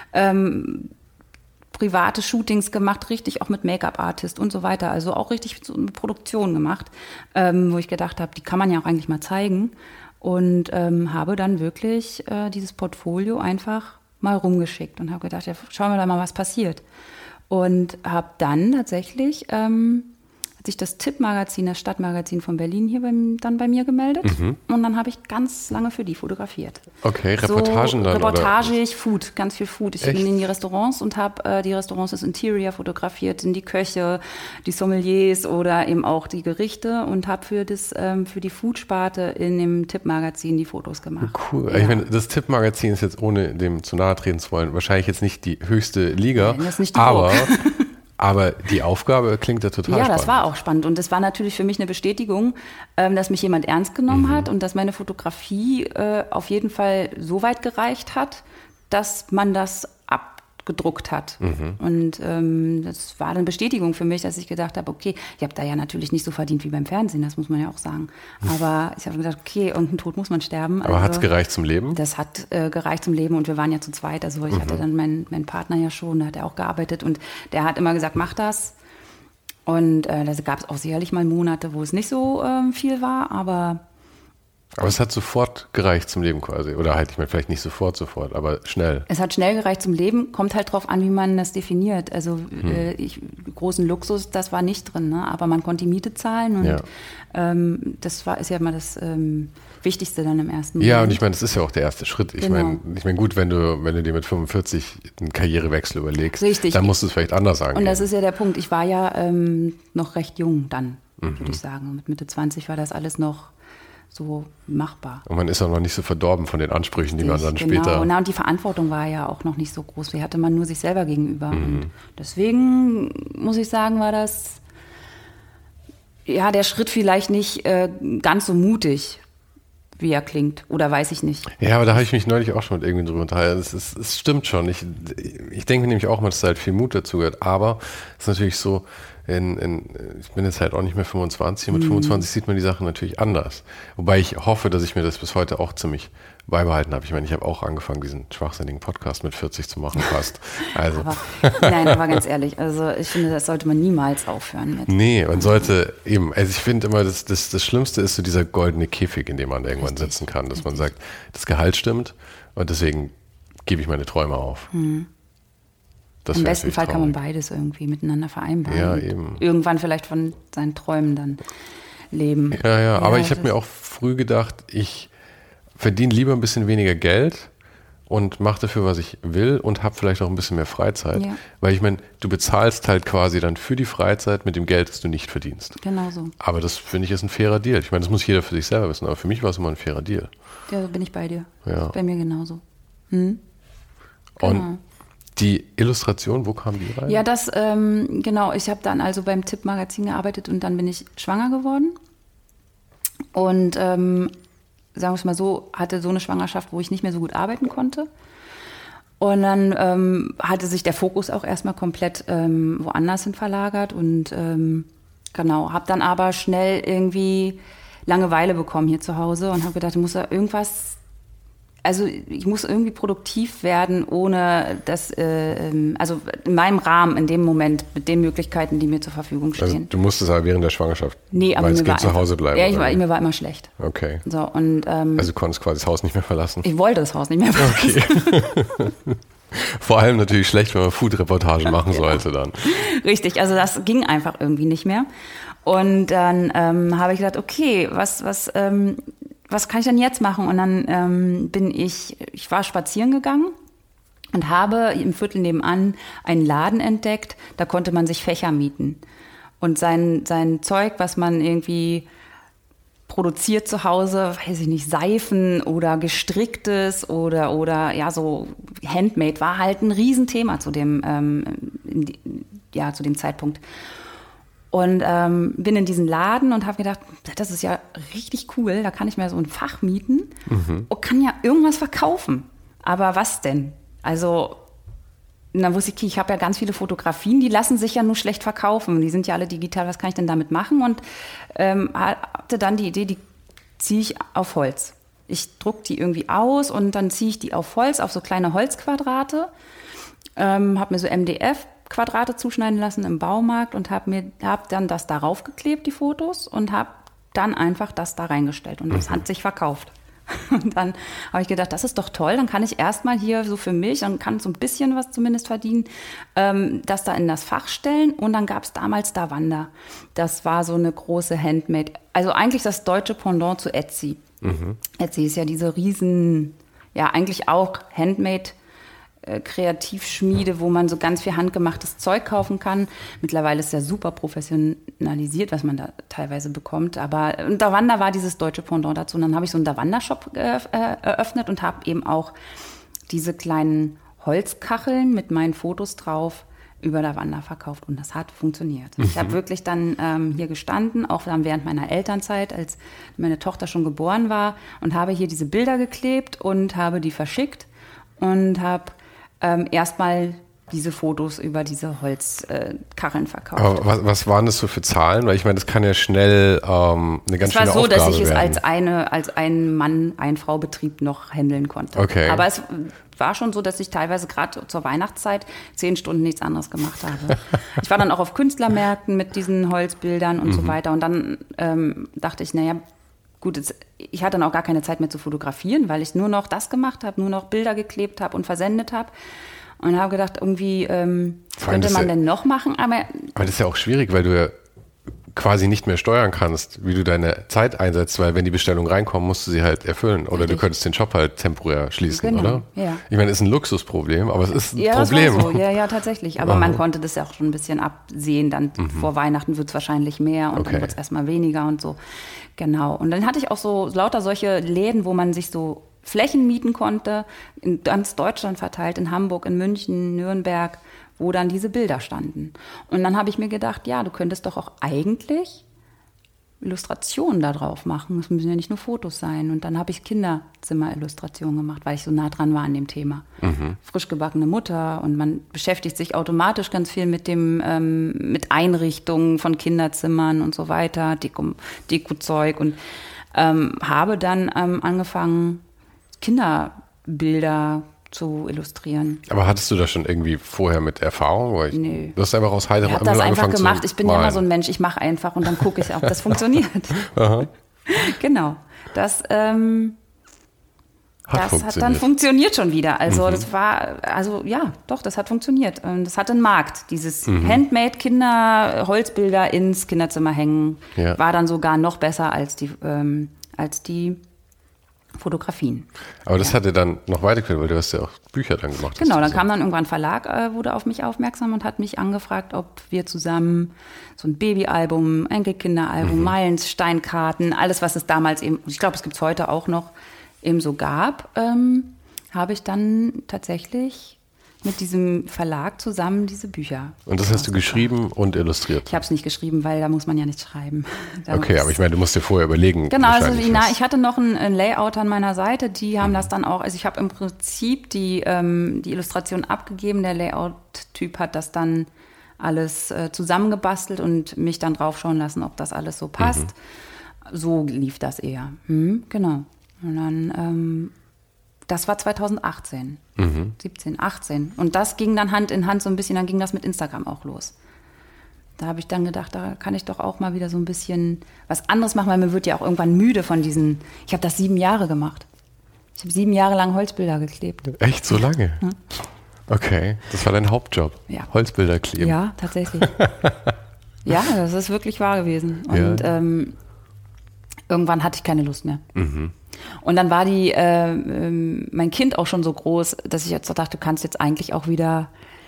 S2: private Shootings gemacht, richtig auch mit Make-up-Artist und so weiter, also auch richtig so eine Produktion gemacht, wo ich gedacht habe, die kann man ja auch eigentlich mal zeigen und habe dann wirklich dieses Portfolio einfach mal rumgeschickt und habe gedacht, ja, schauen wir da mal, was passiert. Und habe dann tatsächlich, hat sich das Tipp-Magazin, das Stadtmagazin von Berlin hier dann bei mir gemeldet. Und dann habe ich ganz lange für die fotografiert.
S3: Okay, Reportagen dann?
S2: Reportagig, Food, ganz viel Food. Ich bin in die Restaurants und habe die Restaurants, das Interior fotografiert, in die Köche, die Sommeliers oder eben auch die Gerichte und habe für die Food-Sparte in dem Tipp-Magazin die Fotos gemacht.
S3: Cool.
S2: Ja.
S3: Ich meine, das Tipp-Magazin ist jetzt, ohne dem zu nahe treten zu wollen, wahrscheinlich jetzt nicht die höchste Liga,
S2: Nein, das ist nicht die
S3: aber die Aufgabe klingt ja total spannend.
S2: Ja, das war auch spannend. Und das war natürlich für mich eine Bestätigung, dass mich jemand ernst genommen hat und dass meine Fotografie auf jeden Fall so weit gereicht hat, dass man das abgedruckt hat. Und das war eine Bestätigung für mich, dass ich gedacht habe, okay, ich habe da ja natürlich nicht so verdient wie beim Fernsehen, das muss man ja auch sagen. Aber ich habe gedacht, okay, irgendein Tod muss man sterben.
S3: Aber hat es gereicht zum Leben?
S2: Das hat gereicht zum Leben und wir waren ja zu zweit. Also ich hatte dann meinen Partner ja schon, da hat er auch gearbeitet und der hat immer gesagt, mach das. Und da gab es auch sicherlich mal Monate, wo es nicht so viel war, aber
S3: es hat sofort gereicht zum Leben quasi. Oder halt, ich meine, vielleicht nicht sofort, aber schnell.
S2: Es hat schnell gereicht zum Leben. Kommt halt drauf an, wie man das definiert. Also großen Luxus, das war nicht drin, ne? Aber man konnte die Miete zahlen und das ist ja mal das Wichtigste dann im ersten Moment.
S3: Ja, und ich meine, das ist ja auch der erste Schritt. Ich meine, gut, wenn du dir mit 45 einen Karrierewechsel überlegst, dann musst du es vielleicht anders angehen.
S2: Und das ist ja der Punkt. Ich war ja noch recht jung dann, würde ich sagen. Mit Mitte 20 war das alles noch so machbar.
S3: Und man ist auch noch nicht so verdorben von den Ansprüchen, die man dann später...
S2: Genau, und die Verantwortung war ja auch noch nicht so groß. Die hatte man nur sich selber gegenüber. Und deswegen, muss ich sagen, war das, ja, der Schritt vielleicht nicht ganz so mutig, wie er klingt. Oder weiß ich nicht.
S3: Ja, aber da habe ich mich neulich auch schon mit irgendjemandem drüber unterhalten. Es stimmt schon. Ich denke nämlich auch mal, dass da halt viel Mut dazu gehört. Aber es ist natürlich so, ich bin jetzt halt auch nicht mehr 25 und mit 25 sieht man die Sachen natürlich anders. Wobei ich hoffe, dass ich mir das bis heute auch ziemlich beibehalten habe. Ich meine, ich habe auch angefangen, diesen schwachsinnigen Podcast mit 40 zu machen fast. Also.
S2: aber ganz ehrlich, also ich finde, das sollte man niemals aufhören mit.
S3: Nee, man sollte eben, also ich finde immer, das Schlimmste ist so dieser goldene Käfig, in dem man irgendwann sitzen kann, dass man sagt, das Gehalt stimmt und deswegen gebe ich meine Träume auf.
S2: Im besten Fall kann man beides irgendwie miteinander vereinbaren.
S3: Ja, eben.
S2: Irgendwann vielleicht von seinen Träumen dann leben.
S3: Ja, aber ich habe mir auch früh gedacht, ich verdiene lieber ein bisschen weniger Geld und mache dafür, was ich will und habe vielleicht auch ein bisschen mehr Freizeit. Ja. Weil ich meine, du bezahlst halt quasi dann für die Freizeit mit dem Geld, das du nicht verdienst.
S2: Genau so.
S3: Aber das, finde ich, ist ein fairer Deal. Ich meine, das muss jeder für sich selber wissen, aber für mich war es immer ein fairer Deal.
S2: Ja, so bin ich bei dir.
S3: Ja.
S2: Das ist bei mir genauso. Genau.
S3: Und die Illustration, wo kam die rein?
S2: Ja, genau. Ich habe dann also beim Tipp-Magazin gearbeitet und dann bin ich schwanger geworden. Und sagen wir es mal so, hatte so eine Schwangerschaft, wo ich nicht mehr so gut arbeiten konnte. Und dann hatte sich der Fokus auch erstmal komplett woanders hin verlagert. Und genau, habe dann aber schnell irgendwie Langeweile bekommen hier zu Hause und habe gedacht, ich muss da irgendwas also ich muss irgendwie produktiv werden, ohne dass, also in meinem Rahmen, in dem Moment, mit den Möglichkeiten, die mir zur Verfügung stehen.
S3: Also du musstest aber während der Schwangerschaft
S2: aber
S3: mir zu Hause bleiben?
S2: Ja, mir war immer schlecht.
S3: Okay.
S2: So, und,
S3: also du konntest quasi das Haus nicht mehr verlassen?
S2: Ich wollte das Haus nicht mehr verlassen.
S3: Okay. Vor allem natürlich schlecht, wenn man Food-Reportagen machen sollte dann.
S2: Richtig, also das ging einfach irgendwie nicht mehr. Und dann habe ich gedacht, okay, was kann ich denn jetzt machen? Und dann ich war spazieren gegangen und habe im Viertel nebenan einen Laden entdeckt, da konnte man sich Fächer mieten. Und sein Zeug, was man irgendwie produziert zu Hause, weiß ich nicht, Seifen oder gestricktes oder ja, so Handmade, war halt ein Riesenthema zu dem Zeitpunkt. Und bin in diesen Laden und habe gedacht, das ist ja richtig cool, da kann ich mir so ein Fach mieten und kann ja irgendwas verkaufen. Aber was denn? Also, und dann wusste ich habe ja ganz viele Fotografien, die lassen sich ja nur schlecht verkaufen. Die sind ja alle digital, was kann ich denn damit machen? Und hatte dann die Idee, die ziehe ich auf Holz. Ich drucke die irgendwie aus und dann ziehe ich die auf Holz, auf so kleine Holzquadrate. Habe mir so MDF-Quadrate zuschneiden lassen im Baumarkt und habe dann das darauf geklebt, die Fotos, und habe dann einfach das da reingestellt. Und das hat sich verkauft. Und dann habe ich gedacht, das ist doch toll, dann kann ich erstmal hier so für mich, dann kann so ein bisschen was zumindest verdienen, das da in das Fach stellen. Und dann gab es damals Davanda. Das war so eine große Handmade, also eigentlich das deutsche Pendant zu Etsy. Etsy ist ja diese riesen, ja eigentlich auch Handmade Kreativschmiede, wo man so ganz viel handgemachtes Zeug kaufen kann. Mittlerweile ist ja super professionalisiert, was man da teilweise bekommt. Aber Davanda war dieses deutsche Pendant dazu. Und dann habe ich so einen Davanda-Shop eröffnet und habe eben auch diese kleinen Holzkacheln mit meinen Fotos drauf über Davanda verkauft. Und das hat funktioniert. Ich habe wirklich dann hier gestanden, auch dann während meiner Elternzeit, als meine Tochter schon geboren war, und habe hier diese Bilder geklebt und habe die verschickt und habe erstmal diese Fotos über diese Holzkacheln verkauft.
S3: Aber was waren das so für Zahlen? Weil ich meine, das kann ja schnell eine ganz schöne Aufgabe werden. Es war so, dass ich
S2: es als ein Mann, Ein-Frau-Betrieb noch handeln konnte.
S3: Okay.
S2: Aber es war schon so, dass ich teilweise gerade zur Weihnachtszeit 10 Stunden nichts anderes gemacht habe. Ich war dann auch auf Künstlermärkten mit diesen Holzbildern und so weiter. Und dann dachte ich, naja, gut, ich hatte dann auch gar keine Zeit mehr zu fotografieren, weil ich nur noch das gemacht habe, nur noch Bilder geklebt habe und versendet habe. Und habe gedacht, irgendwie, was könnte man denn noch machen? Aber
S3: das ist ja auch schwierig, weil du ja quasi nicht mehr steuern kannst, wie du deine Zeit einsetzt, weil wenn die Bestellungen reinkommen, musst du sie halt erfüllen. Oder du könntest den Shop halt temporär schließen,
S2: genau,
S3: oder?
S2: Ja.
S3: Ich meine, es ist ein Luxusproblem, aber es ist ein
S2: ja,
S3: Problem.
S2: Das war so. Ja, tatsächlich. Aber man konnte das ja auch schon ein bisschen absehen. Dann vor Weihnachten wird es wahrscheinlich mehr und dann wird es erstmal weniger und so. Genau. Und dann hatte ich auch so lauter solche Läden, wo man sich so Flächen mieten konnte, in ganz Deutschland verteilt, in Hamburg, in München, Nürnberg, wo dann diese Bilder standen. Und dann habe ich mir gedacht, ja, du könntest doch auch eigentlich Illustrationen da drauf machen. Es müssen ja nicht nur Fotos sein. Und dann habe ich Kinderzimmer-Illustrationen gemacht, weil ich so nah dran war an dem Thema. Frisch gebackene Mutter, und man beschäftigt sich automatisch ganz viel mit mit Einrichtungen von Kinderzimmern und so weiter, Dekozeug, und habe dann angefangen, Kinderbilder zu illustrieren.
S3: Aber hattest du das schon irgendwie vorher mit Erfahrung?
S2: Nee.
S3: Du hast einfach aus heiterem
S2: Himmel angefangen. Ich habe das einfach gemacht. Ich bin ja immer so ein Mensch. Ich mache einfach und dann gucke ich, ob das funktioniert.
S3: Aha.
S2: Genau. Das hat dann funktioniert schon wieder. Also das hat funktioniert. Das hat einen Markt. Dieses Handmade-Kinder-Holzbilder ins Kinderzimmer hängen, war dann sogar noch besser als die Fotografien.
S3: Aber das hat dir dann noch weitergeführt, weil du hast ja auch Bücher dann gemacht.
S2: Genau, dann kam dann irgendwann ein Verlag, wurde auf mich aufmerksam und hat mich angefragt, ob wir zusammen so ein Babyalbum, Enkelkinderalbum, Meilensteinkarten, alles, was es damals eben, ich glaube, es gibt es heute auch noch, eben so gab, habe ich dann tatsächlich mit diesem Verlag zusammen diese Bücher.
S3: Und das hast du geschrieben und illustriert?
S2: Ich habe es nicht geschrieben, weil da muss man ja nicht schreiben.
S3: Okay, aber ich meine, du musst dir vorher überlegen.
S2: Genau, also ich hatte noch einen Layout an meiner Seite, die haben das dann auch, also ich habe im Prinzip die Illustration abgegeben, der Layout-Typ hat das dann alles zusammengebastelt und mich dann draufschauen lassen, ob das alles so passt. So lief das eher. Genau. Und dann Das war 2018, 17, 18. Und das ging dann Hand in Hand so ein bisschen, dann ging das mit Instagram auch los. Da habe ich dann gedacht, da kann ich doch auch mal wieder so ein bisschen was anderes machen, weil mir wird ja auch irgendwann müde von diesen, ich habe das 7 Jahre gemacht. Ich habe 7 Jahre lang Holzbilder geklebt.
S3: Echt, so lange?
S2: Ja.
S3: Okay, das war dein Hauptjob,
S2: ja.
S3: Holzbilder kleben.
S2: Ja, tatsächlich. Ja, das ist wirklich wahr gewesen. Und irgendwann hatte ich keine Lust mehr. Und dann war mein Kind auch schon so groß, dass ich jetzt dachte, du kannst jetzt eigentlich auch wieder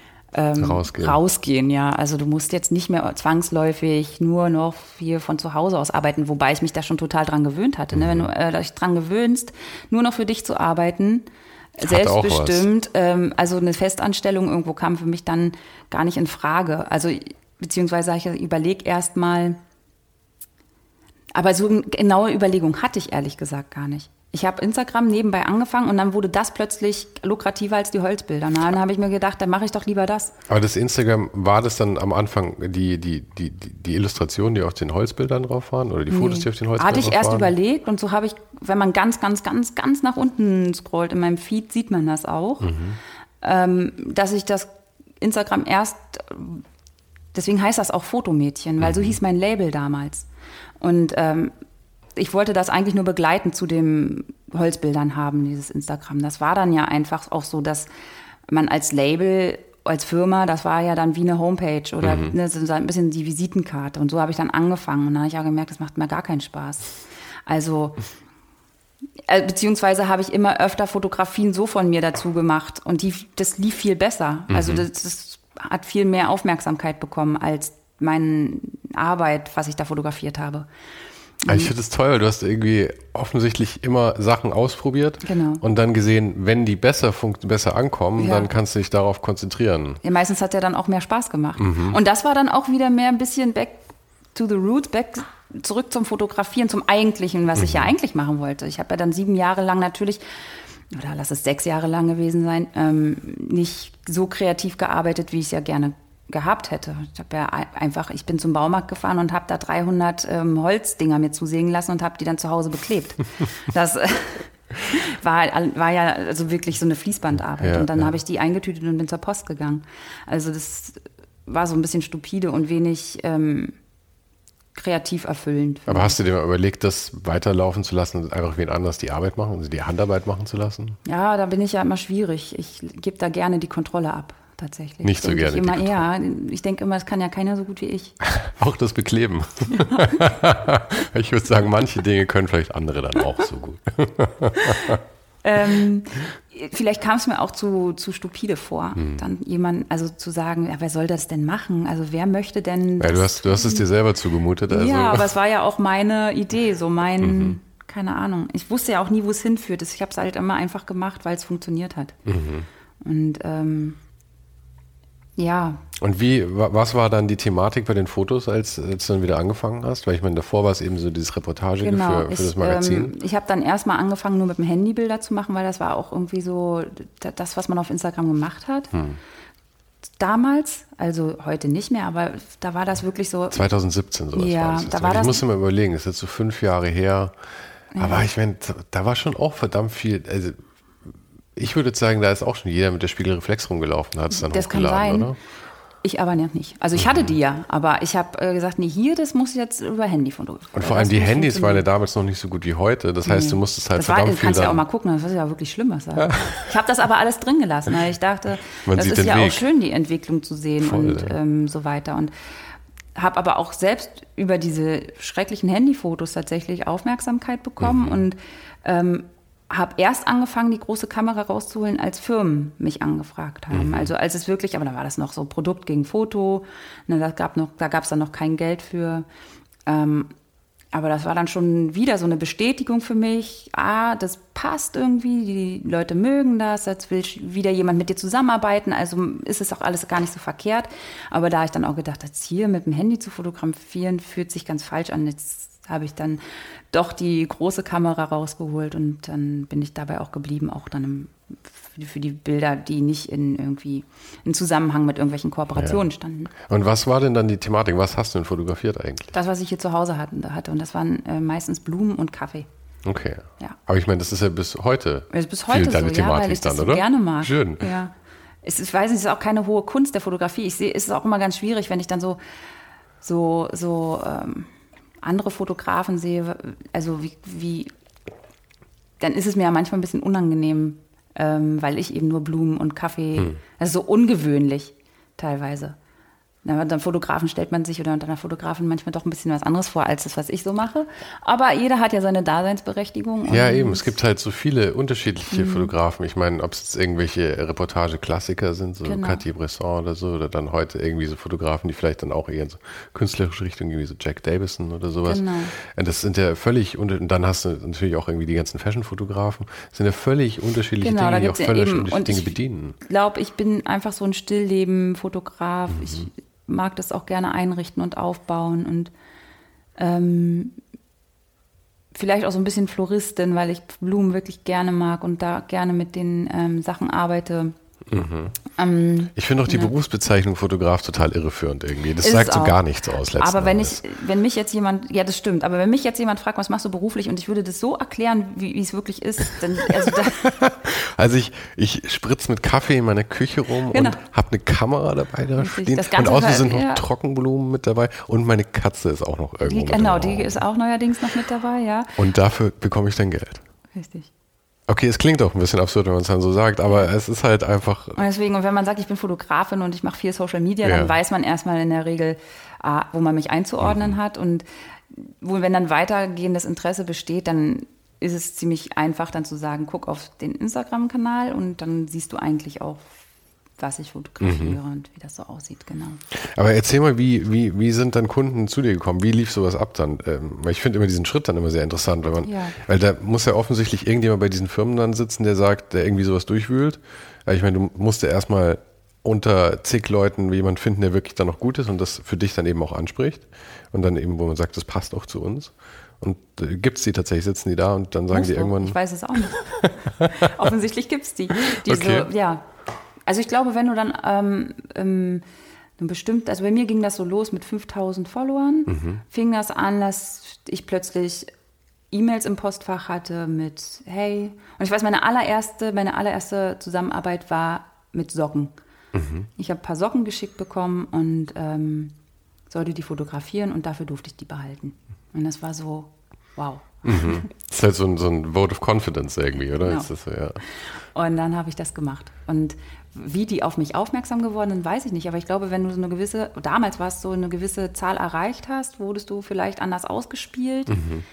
S2: rausgehen, ja. Also du musst jetzt nicht mehr zwangsläufig nur noch hier von zu Hause aus arbeiten, wobei ich mich da schon total dran gewöhnt hatte. Ne? Wenn du dich dran gewöhnst, nur noch für dich zu arbeiten, selbstbestimmt, also eine Festanstellung irgendwo kam für mich dann gar nicht in Frage. Also beziehungsweise ich überlege erst mal, aber so eine genaue Überlegung hatte ich ehrlich gesagt gar nicht. Ich habe Instagram nebenbei angefangen und dann wurde das plötzlich lukrativer als die Holzbilder. Und dann habe ich mir gedacht, dann mache ich doch lieber das.
S3: Aber das Instagram, war das dann am Anfang die Illustrationen, die auf den Holzbildern drauf waren? Oder die Fotos, die auf den Holzbildern drauf waren?
S2: Hatte ich erst überlegt und so habe ich, wenn man ganz nach unten scrollt, in meinem Feed sieht man das auch, dass ich das Instagram erst, deswegen heißt das auch Fotomädchen, weil so hieß mein Label damals. Und ich wollte das eigentlich nur begleitend zu den Holzbildern haben, dieses Instagram. Das war dann ja einfach auch so, dass man als Label, als Firma, das war ja dann wie eine Homepage oder so ein bisschen die Visitenkarte. Und so habe ich dann angefangen. Und dann habe ich auch gemerkt, das macht mir gar keinen Spaß. Also, beziehungsweise habe ich immer öfter Fotografien so von mir dazu gemacht. Und das lief viel besser. Also das hat viel mehr Aufmerksamkeit bekommen als meine Arbeit, was ich da fotografiert habe.
S3: Ich finde es toll, weil du hast irgendwie offensichtlich immer Sachen ausprobiert und dann gesehen, wenn die besser ankommen, dann kannst du dich darauf konzentrieren.
S2: Ja, meistens hat der dann auch mehr Spaß gemacht. Und das war dann auch wieder mehr ein bisschen back to the roots, zurück zum Fotografieren, zum Eigentlichen, was ich ja eigentlich machen wollte. Ich habe ja dann 7 Jahre lang natürlich, oder lass es 6 Jahre lang gewesen sein, nicht so kreativ gearbeitet, wie ich es ja gerne gehabt hätte. Ich bin zum Baumarkt gefahren und habe da 300 Holzdinger mir zusägen lassen und habe die dann zu Hause beklebt. Das war ja also wirklich so eine Fließbandarbeit. Und dann habe ich die eingetütet und bin zur Post gegangen. Also das war so ein bisschen stupide und wenig kreativ erfüllend.
S3: Aber hast du dir mal überlegt, das weiterlaufen zu lassen und einfach wen anders die Arbeit machen, also die Handarbeit machen zu lassen?
S2: Ja, da bin ich ja immer schwierig. Ich gebe da gerne die Kontrolle ab. Tatsächlich.
S3: Nicht so gerne.
S2: Ich denke immer, das kann ja keiner so gut wie ich.
S3: Auch das Bekleben. Ja. Ich würde sagen, manche Dinge können vielleicht andere dann auch so gut.
S2: Vielleicht kam es mir auch zu stupide vor, dann jemand, also zu sagen, ja, wer soll das denn machen? Also wer möchte denn?
S3: Ja, du hast es dir selber zugemutet. Also.
S2: Ja, aber es war ja auch meine Idee, so keine Ahnung. Ich wusste ja auch nie, wo es hinführt. Ich habe es halt immer einfach gemacht, weil es funktioniert hat. Und ja.
S3: Und was war dann die Thematik bei den Fotos, als du dann wieder angefangen hast? Weil ich meine, davor war es eben so dieses Reportage für das Magazin.
S2: Ich habe dann erstmal angefangen, nur mit dem Handy Bilder zu machen, weil das war auch irgendwie so das, was man auf Instagram gemacht hat. Damals, also heute nicht mehr, aber da war das wirklich so.
S3: 2017 sowas war das. Ich musste mal überlegen, das ist jetzt so 5 Jahre her. Ja. Aber ich meine, da war schon auch verdammt viel. Also ich würde sagen, da ist auch schon jeder mit der Spiegelreflex rumgelaufen, hat es dann
S2: das
S3: hochgeladen,
S2: kann sein.
S3: oder?
S2: Ich aber nicht. Also ich hatte die ja, aber ich habe gesagt, nee, das muss jetzt über Handy fotografieren.
S3: Und vor allem die Handys waren ja damals noch nicht so gut wie heute. Das heißt, du musstest halt verdammt viel. Du kannst
S2: ja auch mal gucken, das ist ja wirklich schlimm, was da. Ich habe das aber alles drin gelassen, weil ich dachte, das ist ja auch schön, die Entwicklung zu sehen. Voll, und so weiter. Und habe aber auch selbst über diese schrecklichen Handyfotos tatsächlich Aufmerksamkeit bekommen und habe erst angefangen, die große Kamera rauszuholen, als Firmen mich angefragt haben. Also als es wirklich, aber da war das noch so Produkt gegen Foto, ne, da gab es dann noch kein Geld für. Aber das war dann schon wieder so eine Bestätigung für mich. Das passt irgendwie, die Leute mögen das, jetzt will wieder jemand mit dir zusammenarbeiten, also ist es auch alles gar nicht so verkehrt. Aber da habe ich dann auch gedacht, jetzt hier mit dem Handy zu fotografieren, fühlt sich ganz falsch an. Jetzt habe ich dann doch die große Kamera rausgeholt und dann bin ich dabei auch geblieben, auch dann für die Bilder, die nicht in Zusammenhang mit irgendwelchen Kooperationen standen.
S3: Und was war denn dann die Thematik? Was hast du denn fotografiert eigentlich?
S2: Das, was ich hier zu Hause hatte. Und das waren meistens Blumen und Kaffee.
S3: Okay.
S2: Ja.
S3: Aber ich meine, das ist ja bis heute,
S2: bis heute
S3: deine
S2: so,
S3: Thematik
S2: weil ich das
S3: dann,
S2: so
S3: oder?
S2: gerne mag.
S3: Schön.
S2: Ja. Ich weiß nicht, es ist auch keine hohe Kunst der Fotografie. Ich sehe, es ist auch immer ganz schwierig, wenn ich dann so andere Fotografen sehe, also wie dann ist es mir ja manchmal ein bisschen unangenehm, weil ich eben nur Blumen und Kaffee, das ist so ungewöhnlich teilweise. Dann Fotografen stellt man sich oder unter einer Fotografin manchmal doch ein bisschen was anderes vor, als das, was ich so mache. Aber jeder hat ja seine Daseinsberechtigung.
S3: Ja, eben. Es gibt halt so viele unterschiedliche Fotografen. Ich meine, ob es jetzt irgendwelche Reportage-Klassiker sind, so
S2: Genau.
S3: Cartier-Bresson oder so, oder dann heute irgendwie so Fotografen, die vielleicht dann auch eher in so künstlerische Richtung, wie so Jack Davison oder sowas.
S2: Genau.
S3: Und das sind ja völlig und dann hast du natürlich auch irgendwie die ganzen Fashion-Fotografen. Das sind ja völlig unterschiedliche
S2: Genau,
S3: Dinge,
S2: da
S3: die auch
S2: gibt's ja
S3: völlig
S2: eben-
S3: unterschiedliche
S2: und
S3: Dinge
S2: ich
S3: bedienen.
S2: Ich glaube, ich bin einfach so ein Stillleben-Fotograf. Ich mag das auch gerne einrichten und aufbauen und vielleicht auch so ein bisschen Floristin, weil ich Blumen wirklich gerne mag und da gerne mit den Sachen arbeite.
S3: Ich finde auch die
S2: Ja.
S3: Berufsbezeichnung Fotograf total irreführend irgendwie. Das
S2: Ist
S3: sagt so
S2: auch.
S3: gar nichts aus letzten
S2: Aber wenn
S3: Endes.
S2: mich jetzt jemand, ja, das stimmt, aber wenn mich jetzt jemand fragt, was machst du beruflich und ich würde das so erklären, wie es wirklich ist, dann,
S3: Also ich spritze mit Kaffee in meiner Küche rum
S2: Genau.
S3: und habe eine Kamera dabei da
S2: Richtig.
S3: stehen.
S2: Das
S3: Und
S2: Ganze
S3: außerdem sind noch
S2: ja.
S3: Trockenblumen mit dabei und meine Katze ist auch noch irgendwo mit
S2: genau,
S3: dabei.
S2: die ist auch neuerdings noch mit dabei, ja.
S3: Und dafür bekomme ich dann Geld.
S2: Richtig.
S3: Okay, es klingt auch ein bisschen absurd, wenn man es dann so sagt, aber es ist halt einfach...
S2: Und deswegen, und wenn man sagt, ich bin Fotografin und ich mache viel Social Media,
S3: Ja.
S2: dann weiß man erstmal in der Regel, wo man mich einzuordnen hat. Und wenn dann weitergehendes Interesse besteht, dann ist es ziemlich einfach, dann zu sagen, guck auf den Instagram-Kanal und dann siehst du eigentlich auch, was ich fotografiere und wie das so aussieht, genau.
S3: Aber erzähl mal, wie sind dann Kunden zu dir gekommen? Wie lief sowas ab dann? Weil ich finde immer diesen Schritt dann immer sehr interessant, weil da muss ja offensichtlich irgendjemand bei diesen Firmen dann sitzen, der irgendwie sowas durchwühlt. Also ich meine, du musst ja erstmal unter zig Leuten jemanden finden, der wirklich dann noch gut ist und das für dich dann eben auch anspricht. Und dann eben, wo man sagt, das passt auch zu uns. Und gibt es die tatsächlich, sitzen die da und dann sagen die irgendwann...
S2: Ich weiß es auch nicht. Offensichtlich gibt es die.
S3: Okay.
S2: Ja. Also ich glaube, wenn du dann bestimmt, also bei mir ging das so los mit 5.000 Followern, fing das an, dass ich plötzlich E-Mails im Postfach hatte mit hey, und ich weiß, meine allererste Zusammenarbeit war mit Socken. Ich habe ein paar Socken geschickt bekommen und sollte die fotografieren und dafür durfte ich die behalten. Und das war so, wow.
S3: Das ist halt so ein Vote of Confidence irgendwie, oder?
S2: Genau.
S3: Ist das so, ja.
S2: Und dann habe ich das gemacht. Und wie die auf mich aufmerksam geworden sind, weiß ich nicht. Aber ich glaube, wenn du so eine gewisse, damals war es so, eine gewisse Zahl erreicht hast, wurdest du vielleicht anders ausgespielt.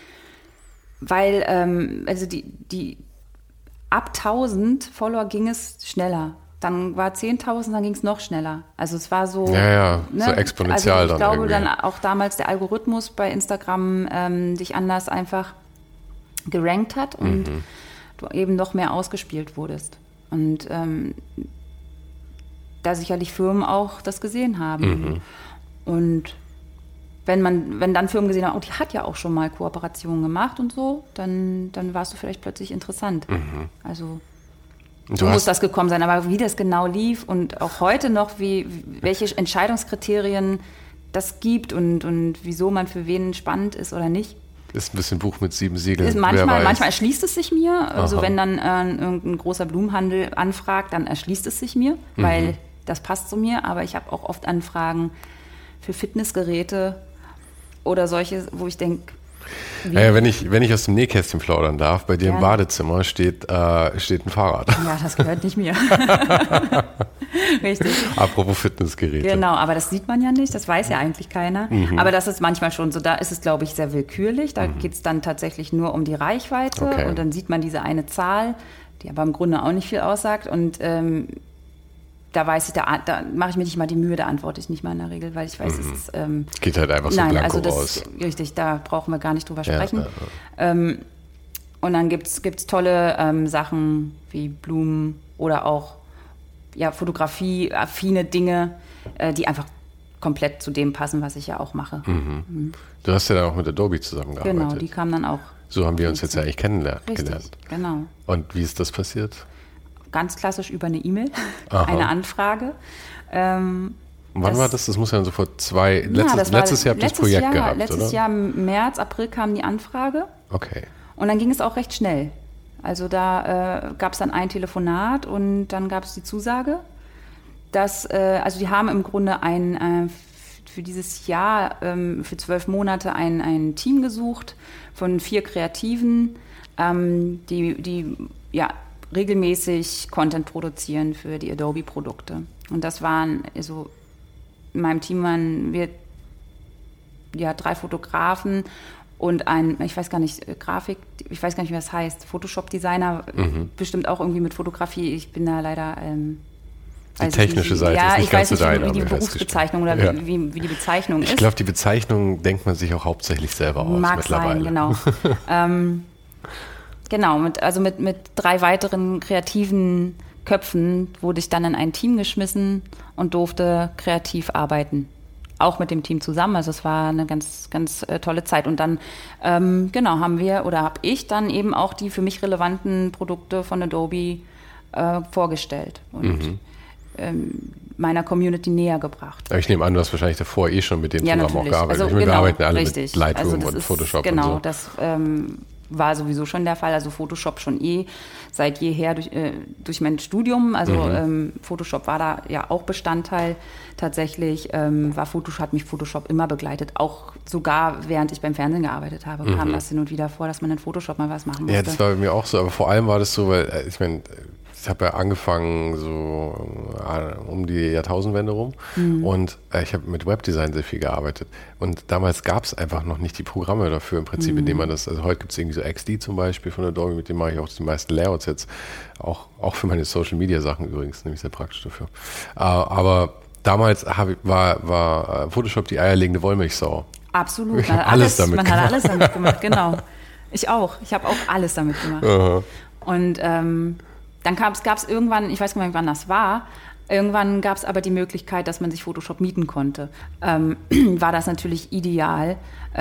S2: Weil, also die ab 1000 Follower ging es schneller. Dann war 10.000, dann ging es noch schneller. Also es war so...
S3: Ja, so exponential
S2: also ich glaube
S3: irgendwie.
S2: dann auch damals der Algorithmus bei Instagram dich anders einfach gerankt hat und du eben noch mehr ausgespielt wurdest. Und da sicherlich Firmen auch das gesehen haben. Und wenn dann Firmen gesehen haben, oh, die hat ja auch schon mal Kooperationen gemacht und so, dann warst du vielleicht plötzlich interessant. Also so muss das gekommen sein. Aber wie das genau lief und auch heute noch, welche Entscheidungskriterien das gibt und wieso man für wen spannend ist oder nicht.
S3: Ist ein bisschen Buch mit 7 Siegeln.
S2: Ist manchmal erschließt es sich mir. Also
S3: Aha.
S2: wenn dann irgendein großer Blumenhandel anfragt, dann erschließt es sich mir, weil das passt zu mir. Aber ich habe auch oft Anfragen für Fitnessgeräte oder solche, wo ich denke,
S3: Naja, wenn ich aus dem Nähkästchen plaudern darf, bei dir im
S2: Gerne.
S3: Badezimmer steht ein Fahrrad.
S2: ja, das gehört nicht mir. Richtig.
S3: Apropos Fitnessgeräte.
S2: Genau, aber das sieht man ja nicht, das weiß ja eigentlich keiner. Aber das ist manchmal schon so, da ist es, glaube ich, sehr willkürlich. Da geht es dann tatsächlich nur um die Reichweite
S3: Okay.
S2: und dann sieht man diese eine Zahl, die aber im Grunde auch nicht viel aussagt. Und da weiß ich, da mache ich mir nicht mal die Mühe, da antworte ich nicht mal in der Regel, weil ich weiß, es ist...
S3: Geht halt einfach so
S2: nein,
S3: blanko
S2: also das
S3: raus.
S2: richtig, da brauchen wir gar nicht drüber
S3: Ja,
S2: sprechen. Und dann gibt's tolle Sachen wie Blumen oder auch Fotografie-affine Dinge, die einfach komplett zu dem passen, was ich ja auch mache.
S3: Du hast ja dann auch mit Adobe zusammengearbeitet.
S2: Genau, die kamen dann auch.
S3: So haben wir uns jetzt ja eigentlich kennengelernt.
S2: Richtig, genau.
S3: Und wie ist das passiert?
S2: Ganz klassisch über eine E-Mail,
S3: Aha.
S2: eine Anfrage.
S3: Und wann war das? Das muss ja dann so vor
S2: das war
S3: letztes Jahr habt ihr das Projekt gehabt,
S2: letztes
S3: oder?
S2: Jahr im März, April kam die Anfrage.
S3: Okay.
S2: Und dann ging es auch recht schnell. Also da gab es dann ein Telefonat und dann gab es die Zusage, dass, also die haben im Grunde für dieses Jahr, für 12 Monate ein Team gesucht von 4 Kreativen, die regelmäßig Content produzieren für die Adobe-Produkte. Und das waren, also in meinem Team waren wir 3 Fotografen und ich weiß gar nicht, ich weiß gar nicht, wie das heißt, Photoshop-Designer, bestimmt auch irgendwie mit Fotografie. Ich bin da leider...
S3: die technische Seite ist nicht ganz so dein.
S2: Wie die Berufsbezeichnung oder wie die Bezeichnung ist.
S3: Ich glaube, die Bezeichnung denkt man sich auch hauptsächlich selber aus mittlerweile.
S2: Mag sein, genau. Mit 3 weiteren kreativen Köpfen wurde ich dann in ein Team geschmissen und durfte kreativ arbeiten. Auch mit dem Team zusammen. Also es war eine ganz, ganz tolle Zeit. Und dann, habe ich dann eben auch die für mich relevanten Produkte von Adobe vorgestellt und meiner Community näher gebracht.
S3: Aber ich nehme an, du hast wahrscheinlich davor schon mit den Programmen auch gearbeitet. Also, wir arbeiten alle mit Lightroom und Photoshop und so.
S2: Genau, das war sowieso schon der Fall. Also Photoshop schon seit jeher durch mein Studium. Also Photoshop war da ja auch Bestandteil. Tatsächlich hat mich Photoshop immer begleitet. Auch sogar während ich beim Fernsehen gearbeitet habe, kam das hin und wieder vor, dass man in Photoshop mal was machen musste.
S3: Ja, das war bei mir auch so. Aber vor allem war das so, weil ich meine, ich habe ja angefangen so um die Jahrtausendwende rum und ich habe mit Webdesign sehr viel gearbeitet. Und damals gab es einfach noch nicht die Programme dafür im Prinzip, in denen man das, also heute gibt es irgendwie so XD zum Beispiel von Adobe, mit dem mache ich auch die meisten Layouts jetzt, auch für meine Social Media Sachen übrigens, nämlich sehr praktisch dafür. Aber damals war Photoshop die eierlegende Wollmilchsau.
S2: Absolut.
S3: Man hat alles damit
S2: gemacht, genau. Ich auch. Ich habe auch alles damit gemacht.
S3: Aha.
S2: Und dann gab es irgendwann, ich weiß gar nicht, wann das war, irgendwann gab es aber die Möglichkeit, dass man sich Photoshop mieten konnte. War das natürlich ideal.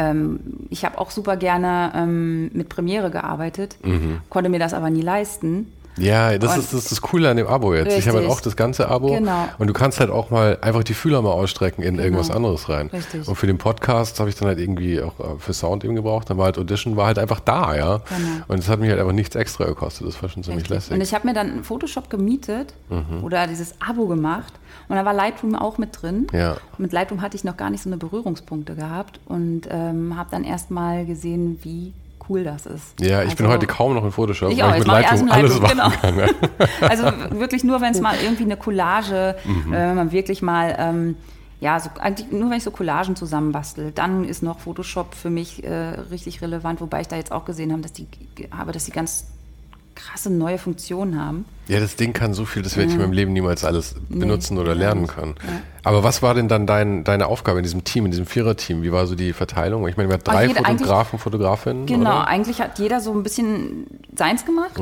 S2: Ich habe auch super gerne mit Premiere gearbeitet, konnte mir das aber nie leisten.
S3: Ja, das ist das Coole an dem Abo jetzt.
S2: Richtig.
S3: Ich habe halt auch das ganze Abo.
S2: Genau.
S3: Und du kannst halt auch mal einfach die Fühler mal ausstrecken in irgendwas anderes rein.
S2: Richtig.
S3: Und für den Podcast habe ich dann halt irgendwie auch für Sound eben gebraucht. Dann war halt Audition, war halt einfach da, ja.
S2: Genau.
S3: Und es hat mich halt einfach nichts extra gekostet. Das war schon ziemlich lässig.
S2: Und ich habe mir dann Photoshop gemietet oder dieses Abo gemacht. Und da war Lightroom auch mit drin.
S3: Ja.
S2: Mit Lightroom hatte ich noch gar nicht so eine Berührungspunkte gehabt. Und habe dann erst mal gesehen, wie cool das ist.
S3: Ja, ich bin heute kaum noch in Photoshop,
S2: weil ich mit
S3: Lightroom alles machen kann. Ja.
S2: Also wirklich nur, wenn es mal irgendwie eine Collage, wenn man wirklich mal, eigentlich nur wenn ich so Collagen zusammenbastel, dann ist noch Photoshop für mich richtig relevant, wobei ich da jetzt auch gesehen habe, dass die ganz krasse neue Funktionen haben.
S3: Ja, das Ding kann so viel, das werde ich in meinem Leben niemals alles benutzen oder lernen können. Ja. Aber was war denn dann deine Aufgabe in diesem Team, in diesem Viererteam? Wie war so die Verteilung? Ich meine, wir hatten 3 Fotografen, Fotografinnen.
S2: Genau,
S3: oder?
S2: Eigentlich hat jeder so ein bisschen seins gemacht.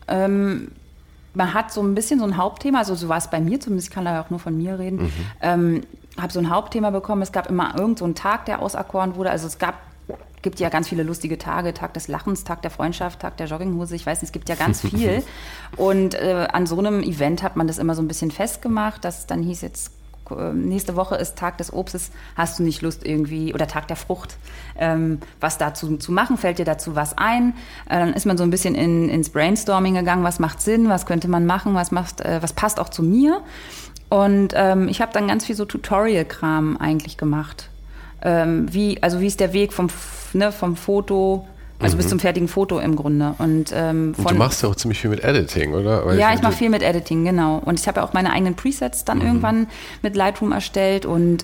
S2: Man hat so ein bisschen so ein Hauptthema, also so war es bei mir zumindest, ich kann da auch nur von mir reden, habe so ein Hauptthema bekommen. Es gab immer irgend so einen Tag, der auserkoren wurde. Also gibt ja ganz viele lustige Tage, Tag des Lachens, Tag der Freundschaft, Tag der Jogginghose, ich weiß nicht, es gibt ja ganz viel. Und an so einem Event hat man das immer so ein bisschen festgemacht, dass dann hieß jetzt, nächste Woche ist Tag des Obstes, hast du nicht Lust irgendwie, oder Tag der Frucht, was dazu zu machen, fällt dir dazu was ein? Dann ist man so ein bisschen ins Brainstorming gegangen, was macht Sinn, was könnte man machen, was passt auch zu mir. Und ich habe dann ganz viel so Tutorial-Kram eigentlich gemacht. Wie ist der Weg vom Foto, also bis zum fertigen Foto im Grunde. Und
S3: du machst ja auch ziemlich viel mit Editing, oder?
S2: Weil ich mache viel mit Editing, genau. Und ich habe ja auch meine eigenen Presets dann irgendwann mit Lightroom erstellt und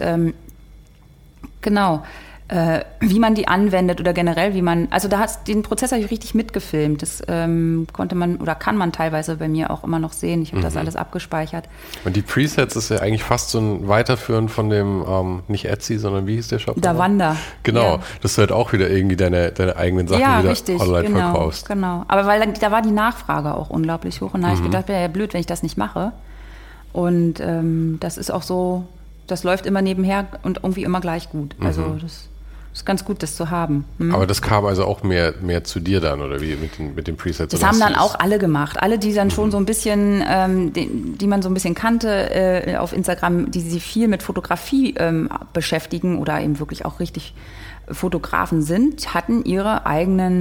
S2: genau. Wie man die anwendet oder generell, den Prozess habe ich richtig mitgefilmt. Das konnte man oder kann man teilweise bei mir auch immer noch sehen. Ich habe das alles abgespeichert.
S3: Und die Presets ist ja eigentlich fast so ein Weiterführen von dem, nicht Etsy, sondern wie hieß der Shop?
S2: Davanda.
S3: Genau,
S2: ja.
S3: Dass du halt auch wieder irgendwie deine eigenen Sachen wieder
S2: richtig,
S3: online verkaufst.
S2: Genau, aber weil da war die Nachfrage auch unglaublich hoch. Und da habe ich gedacht, wäre ja blöd, wenn ich das nicht mache. Und das ist auch so, das läuft immer nebenher und irgendwie immer gleich gut. Also das ist ganz gut, das zu haben.
S3: Aber das kam also auch mehr zu dir dann, oder wie mit den Presets?
S2: Das haben dann auch alle gemacht. Alle, die dann schon so ein bisschen, die man so ein bisschen kannte auf Instagram, die sich viel mit Fotografie beschäftigen oder eben wirklich auch richtig Fotografen sind, hatten ihre eigenen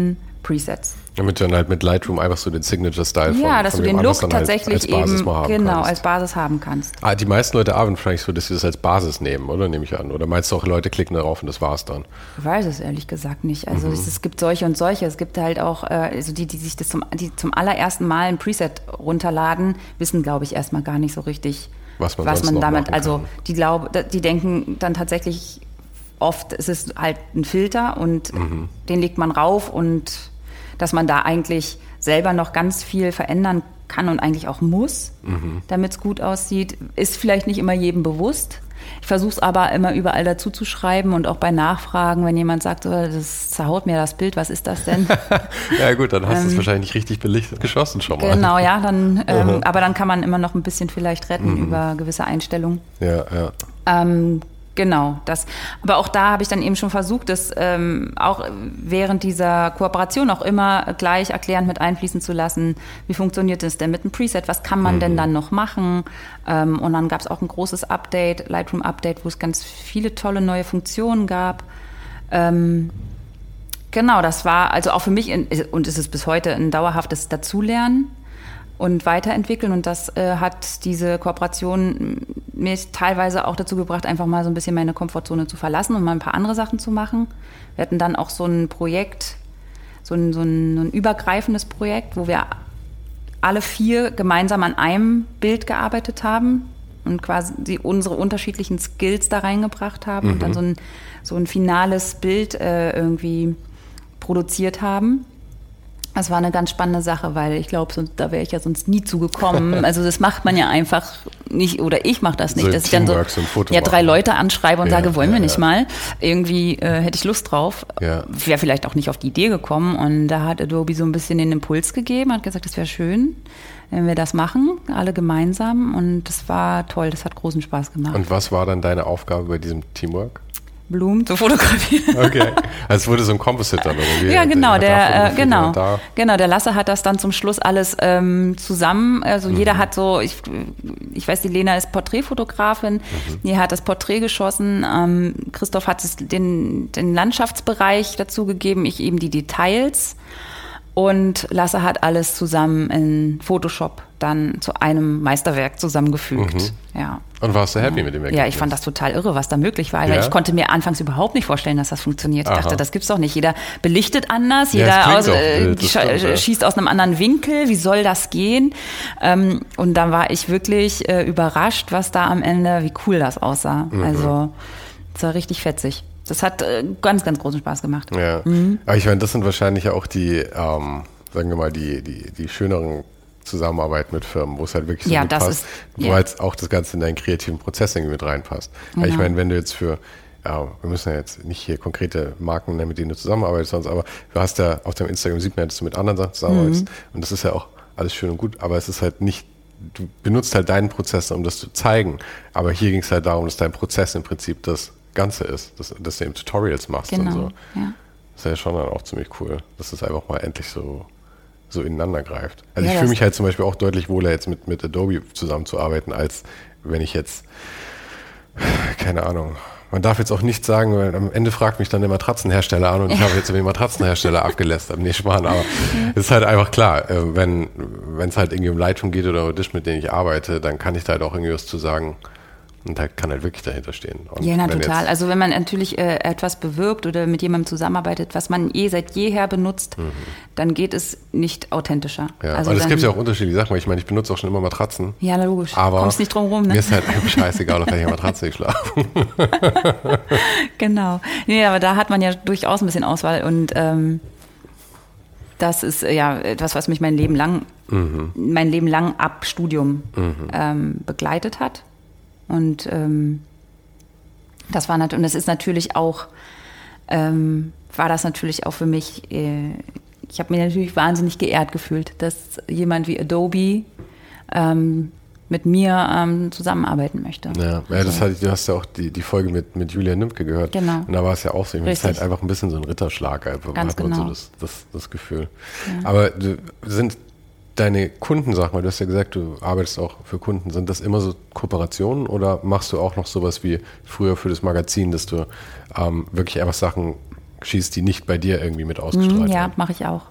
S2: Presets.
S3: Damit du dann halt mit Lightroom einfach so den Signature-Style
S2: Ja, dass du den Look tatsächlich
S3: als Basis
S2: als Basis haben kannst.
S3: Die meisten Leute arbeiten wahrscheinlich so, dass sie das als Basis nehmen, oder? Nehme ich an. Oder meinst du auch, Leute klicken darauf und das war's dann?
S2: Ich weiß es ehrlich gesagt nicht. Also es gibt solche und solche. Es gibt halt auch, also die sich die zum allerersten Mal ein Preset runterladen, wissen, glaube ich, erstmal gar nicht so richtig, was man damit, also die denken dann tatsächlich oft, es ist halt ein Filter und den legt man rauf und dass man da eigentlich selber noch ganz viel verändern kann und eigentlich auch muss, damit es gut aussieht, ist vielleicht nicht immer jedem bewusst. Ich versuche es aber immer überall dazu zu schreiben und auch bei Nachfragen, wenn jemand sagt, das zerhaut mir das Bild, was ist das denn?
S3: Ja gut, dann hast du es wahrscheinlich nicht richtig belichtet geschossen schon mal.
S2: Genau, ja, dann, aber dann kann man immer noch ein bisschen vielleicht retten über gewisse Einstellungen.
S3: Ja.
S2: Genau, das. Aber auch da habe ich dann eben schon versucht, das auch während dieser Kooperation auch immer gleich erklärend mit einfließen zu lassen. Wie funktioniert das denn mit einem Preset? Was kann man denn dann noch machen? Und dann gab es auch ein großes Update, Lightroom-Update, wo es ganz viele tolle neue Funktionen gab. Genau, das war also auch für mich, und es ist bis heute ein dauerhaftes Dazulernen und weiterentwickeln. Und das hat diese Kooperation mir teilweise auch dazu gebracht, einfach mal so ein bisschen meine Komfortzone zu verlassen und mal ein paar andere Sachen zu machen. Wir hatten dann auch so ein Projekt, so ein übergreifendes Projekt, wo wir alle 4 gemeinsam an einem Bild gearbeitet haben und quasi unsere unterschiedlichen Skills da reingebracht haben und dann so ein finales Bild irgendwie produziert haben. Das war eine ganz spannende Sache, weil ich glaube, da wäre ich ja sonst nie zugekommen. Also das macht man ja einfach nicht, oder ich mache das nicht, so dass ich dann so 3 Leute anschreibe und sage, wollen wir nicht mal? Irgendwie hätte ich Lust drauf. Ja. Wäre vielleicht auch nicht auf die Idee gekommen. Und da hat Adobe so ein bisschen den Impuls gegeben, hat gesagt, das wäre schön, wenn wir das machen, alle gemeinsam. Und das war toll, das hat großen Spaß gemacht.
S3: Und was war dann deine Aufgabe bei diesem Teamwork?
S2: Blumen zu fotografieren.
S3: Okay, also es wurde so ein Composite dann irgendwie.
S2: Ja, genau, der Lasse hat das dann zum Schluss alles zusammen, also jeder hat so, ich weiß, die Lena ist Porträtfotografin, die hat das Porträt geschossen, Christoph hat den Landschaftsbereich dazu gegeben, ich eben die Details. Und Lasse hat alles zusammen in Photoshop dann zu einem Meisterwerk zusammengefügt. Ja.
S3: Und warst du happy mit dem Ergebnis?
S2: Ja, ich fand das total irre, was da möglich war. Weil ich konnte mir anfangs überhaupt nicht vorstellen, dass das funktioniert. Ich dachte, das gibt's doch nicht. Jeder belichtet anders, jeder schießt aus einem anderen Winkel. Wie soll das gehen? Und dann war ich wirklich überrascht, was da am Ende, wie cool das aussah. Also, es war richtig fetzig. Das hat ganz, ganz großen Spaß gemacht.
S3: Ja, aber ich meine, das sind wahrscheinlich auch die, sagen wir mal, die schöneren Zusammenarbeit mit Firmen, wo es halt wirklich so gut passt, weil es auch das Ganze in deinen kreativen Prozess irgendwie mit reinpasst. Genau. Weil ich meine, wenn du jetzt wir müssen ja jetzt nicht hier konkrete Marken nennen, mit denen du zusammenarbeitest, sonst, aber du hast ja auf deinem Instagram sieht man ja, dass du mit anderen Sachen zusammenarbeitest und das ist ja auch alles schön und gut, aber es ist halt nicht, du benutzt halt deinen Prozess, um das zu zeigen, aber hier ging es halt darum, dass dein Prozess im Prinzip das Ganze ist, dass du eben Tutorials machst und so. Ja. Das ist ja schon dann auch ziemlich cool, dass es einfach mal endlich so ineinander greift. Also ich fühle mich halt zum Beispiel auch deutlich wohler jetzt mit Adobe zusammenzuarbeiten, als wenn ich jetzt, keine Ahnung, man darf jetzt auch nicht sagen, weil am Ende fragt mich dann der Matratzenhersteller an und ich habe jetzt über den Matratzenhersteller abgelästert. Nee, Schmarrn, aber es ist halt einfach klar, wenn es halt irgendwie um Lightroom geht oder Audition, mit denen ich arbeite, dann kann ich da halt auch irgendwie was zu sagen. Und da kann halt wirklich dahinter stehen. Und
S2: ja, total. Also wenn man natürlich etwas bewirbt oder mit jemandem zusammenarbeitet, was man seit jeher benutzt, dann geht es nicht authentischer.
S3: Ja, also aber es gibt ja auch unterschiedliche Sachen. Ich meine, ich benutze auch schon immer Matratzen.
S2: Ja, logisch.
S3: Aber
S2: kommst nicht drum rum, ne?
S3: Mir ist halt einfach scheißegal, auf welcher Matratze ich schlafe.
S2: Genau. Nee, aber da hat man ja durchaus ein bisschen Auswahl und das ist ja etwas, was mich mein Leben lang ab Studium begleitet hat. Und das war und das ist natürlich auch, war das natürlich auch für mich, ich habe mich natürlich wahnsinnig geehrt gefühlt, dass jemand wie Adobe mit mir zusammenarbeiten möchte.
S3: Ja, du hast ja auch die Folge mit Julia Nimke gehört. Genau. Und da war es ja auch so, es ist halt einfach ein bisschen so ein Ritterschlag, einfach hat man so das Gefühl. Ja. Aber sind deine Kunden, sag mal, du hast ja gesagt, du arbeitest auch für Kunden. Sind das immer so Kooperationen oder machst du auch noch sowas wie früher für das Magazin, dass du wirklich einfach Sachen schießt, die nicht bei dir irgendwie mit ausgestrahlt werden?
S2: Ja, mache ich auch.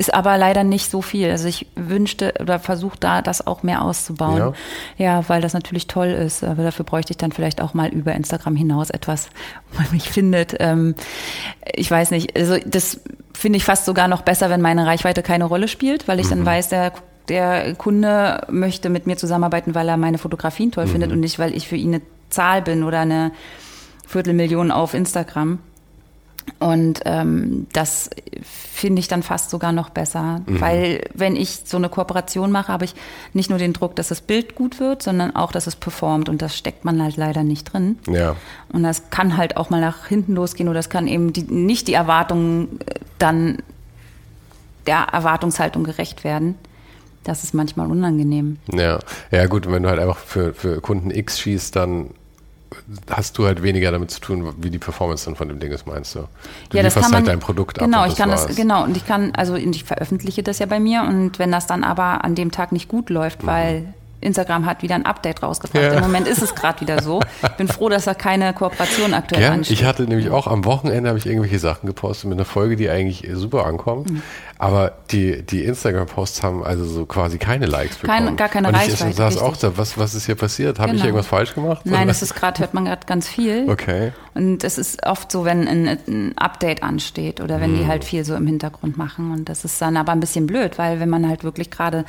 S2: Ist aber leider nicht so viel. Also ich wünschte oder versuche da das auch mehr auszubauen. Ja, weil das natürlich toll ist. Aber dafür bräuchte ich dann vielleicht auch mal über Instagram hinaus etwas, wo man mich findet. Ich weiß nicht. Also das finde ich fast sogar noch besser, wenn meine Reichweite keine Rolle spielt, weil ich dann weiß, der Kunde möchte mit mir zusammenarbeiten, weil er meine Fotografien toll findet und nicht, weil ich für ihn eine Zahl bin oder eine 250.000 auf Instagram. Und das finde ich dann fast sogar noch besser, weil wenn ich so eine Kooperation mache, habe ich nicht nur den Druck, dass das Bild gut wird, sondern auch, dass es performt und das steckt man halt leider nicht drin. Ja. Und das kann halt auch mal nach hinten losgehen oder das kann eben nicht die Erwartungen dann der Erwartungshaltung gerecht werden. Das ist manchmal unangenehm.
S3: Ja gut, wenn du halt einfach für Kunden X schießt, dann hast du halt weniger damit zu tun, wie die Performance dann von dem Ding ist, meinst du? Du lieferst halt dein Produkt ab.
S2: Genau, und ich veröffentliche das ja bei mir und wenn das dann aber an dem Tag nicht gut läuft, weil Instagram hat wieder ein Update rausgebracht. Ja. Im Moment ist es gerade wieder so. Ich bin froh, dass da keine Kooperation aktuell ansteht.
S3: Ich hatte nämlich auch am Wochenende habe ich irgendwelche Sachen gepostet mit einer Folge, die eigentlich super ankommt. Aber die Instagram-Posts haben also so quasi keine Likes bekommen.
S2: Gar keine Reichweite.
S3: Ich saß auch da, was ist hier passiert? Habe ich irgendwas falsch gemacht?
S2: Nein, das ist hört man gerade ganz viel.
S3: Okay.
S2: Und es ist oft so, wenn ein Update ansteht oder wenn die halt viel so im Hintergrund machen. Und das ist dann aber ein bisschen blöd, weil wenn man halt wirklich gerade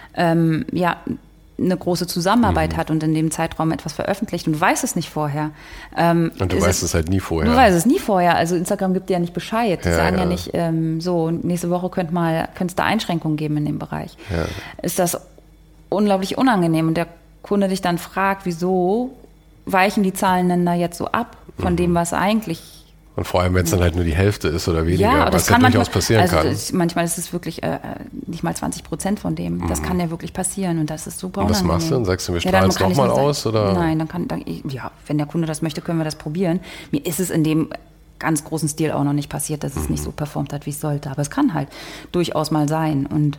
S2: eine große Zusammenarbeit hat und in dem Zeitraum etwas veröffentlicht und du weißt es nicht vorher.
S3: Und du weißt es halt nie vorher.
S2: Du weißt es nie vorher. Also Instagram gibt dir ja nicht Bescheid. Die sagen ja nicht, nächste Woche könnte es da Einschränkungen geben in dem Bereich. Ja. Ist das unglaublich unangenehm und der Kunde dich dann fragt, wieso weichen die Zahlen denn da jetzt so ab von dem, was eigentlich...
S3: Und vor allem, wenn es dann halt nur die Hälfte ist oder weniger, was ja durchaus passieren kann.
S2: Manchmal ist es wirklich nicht mal 20% von dem. Das kann ja wirklich passieren und das ist super
S3: unangenehm. Und was machst du? Und sagst du, wir strahlen es nochmal aus? Oder?
S2: Nein, wenn der Kunde das möchte, können wir das probieren. Mir ist es in dem ganz großen Stil auch noch nicht passiert, dass es nicht so performt hat, wie es sollte. Aber es kann halt durchaus mal sein. Und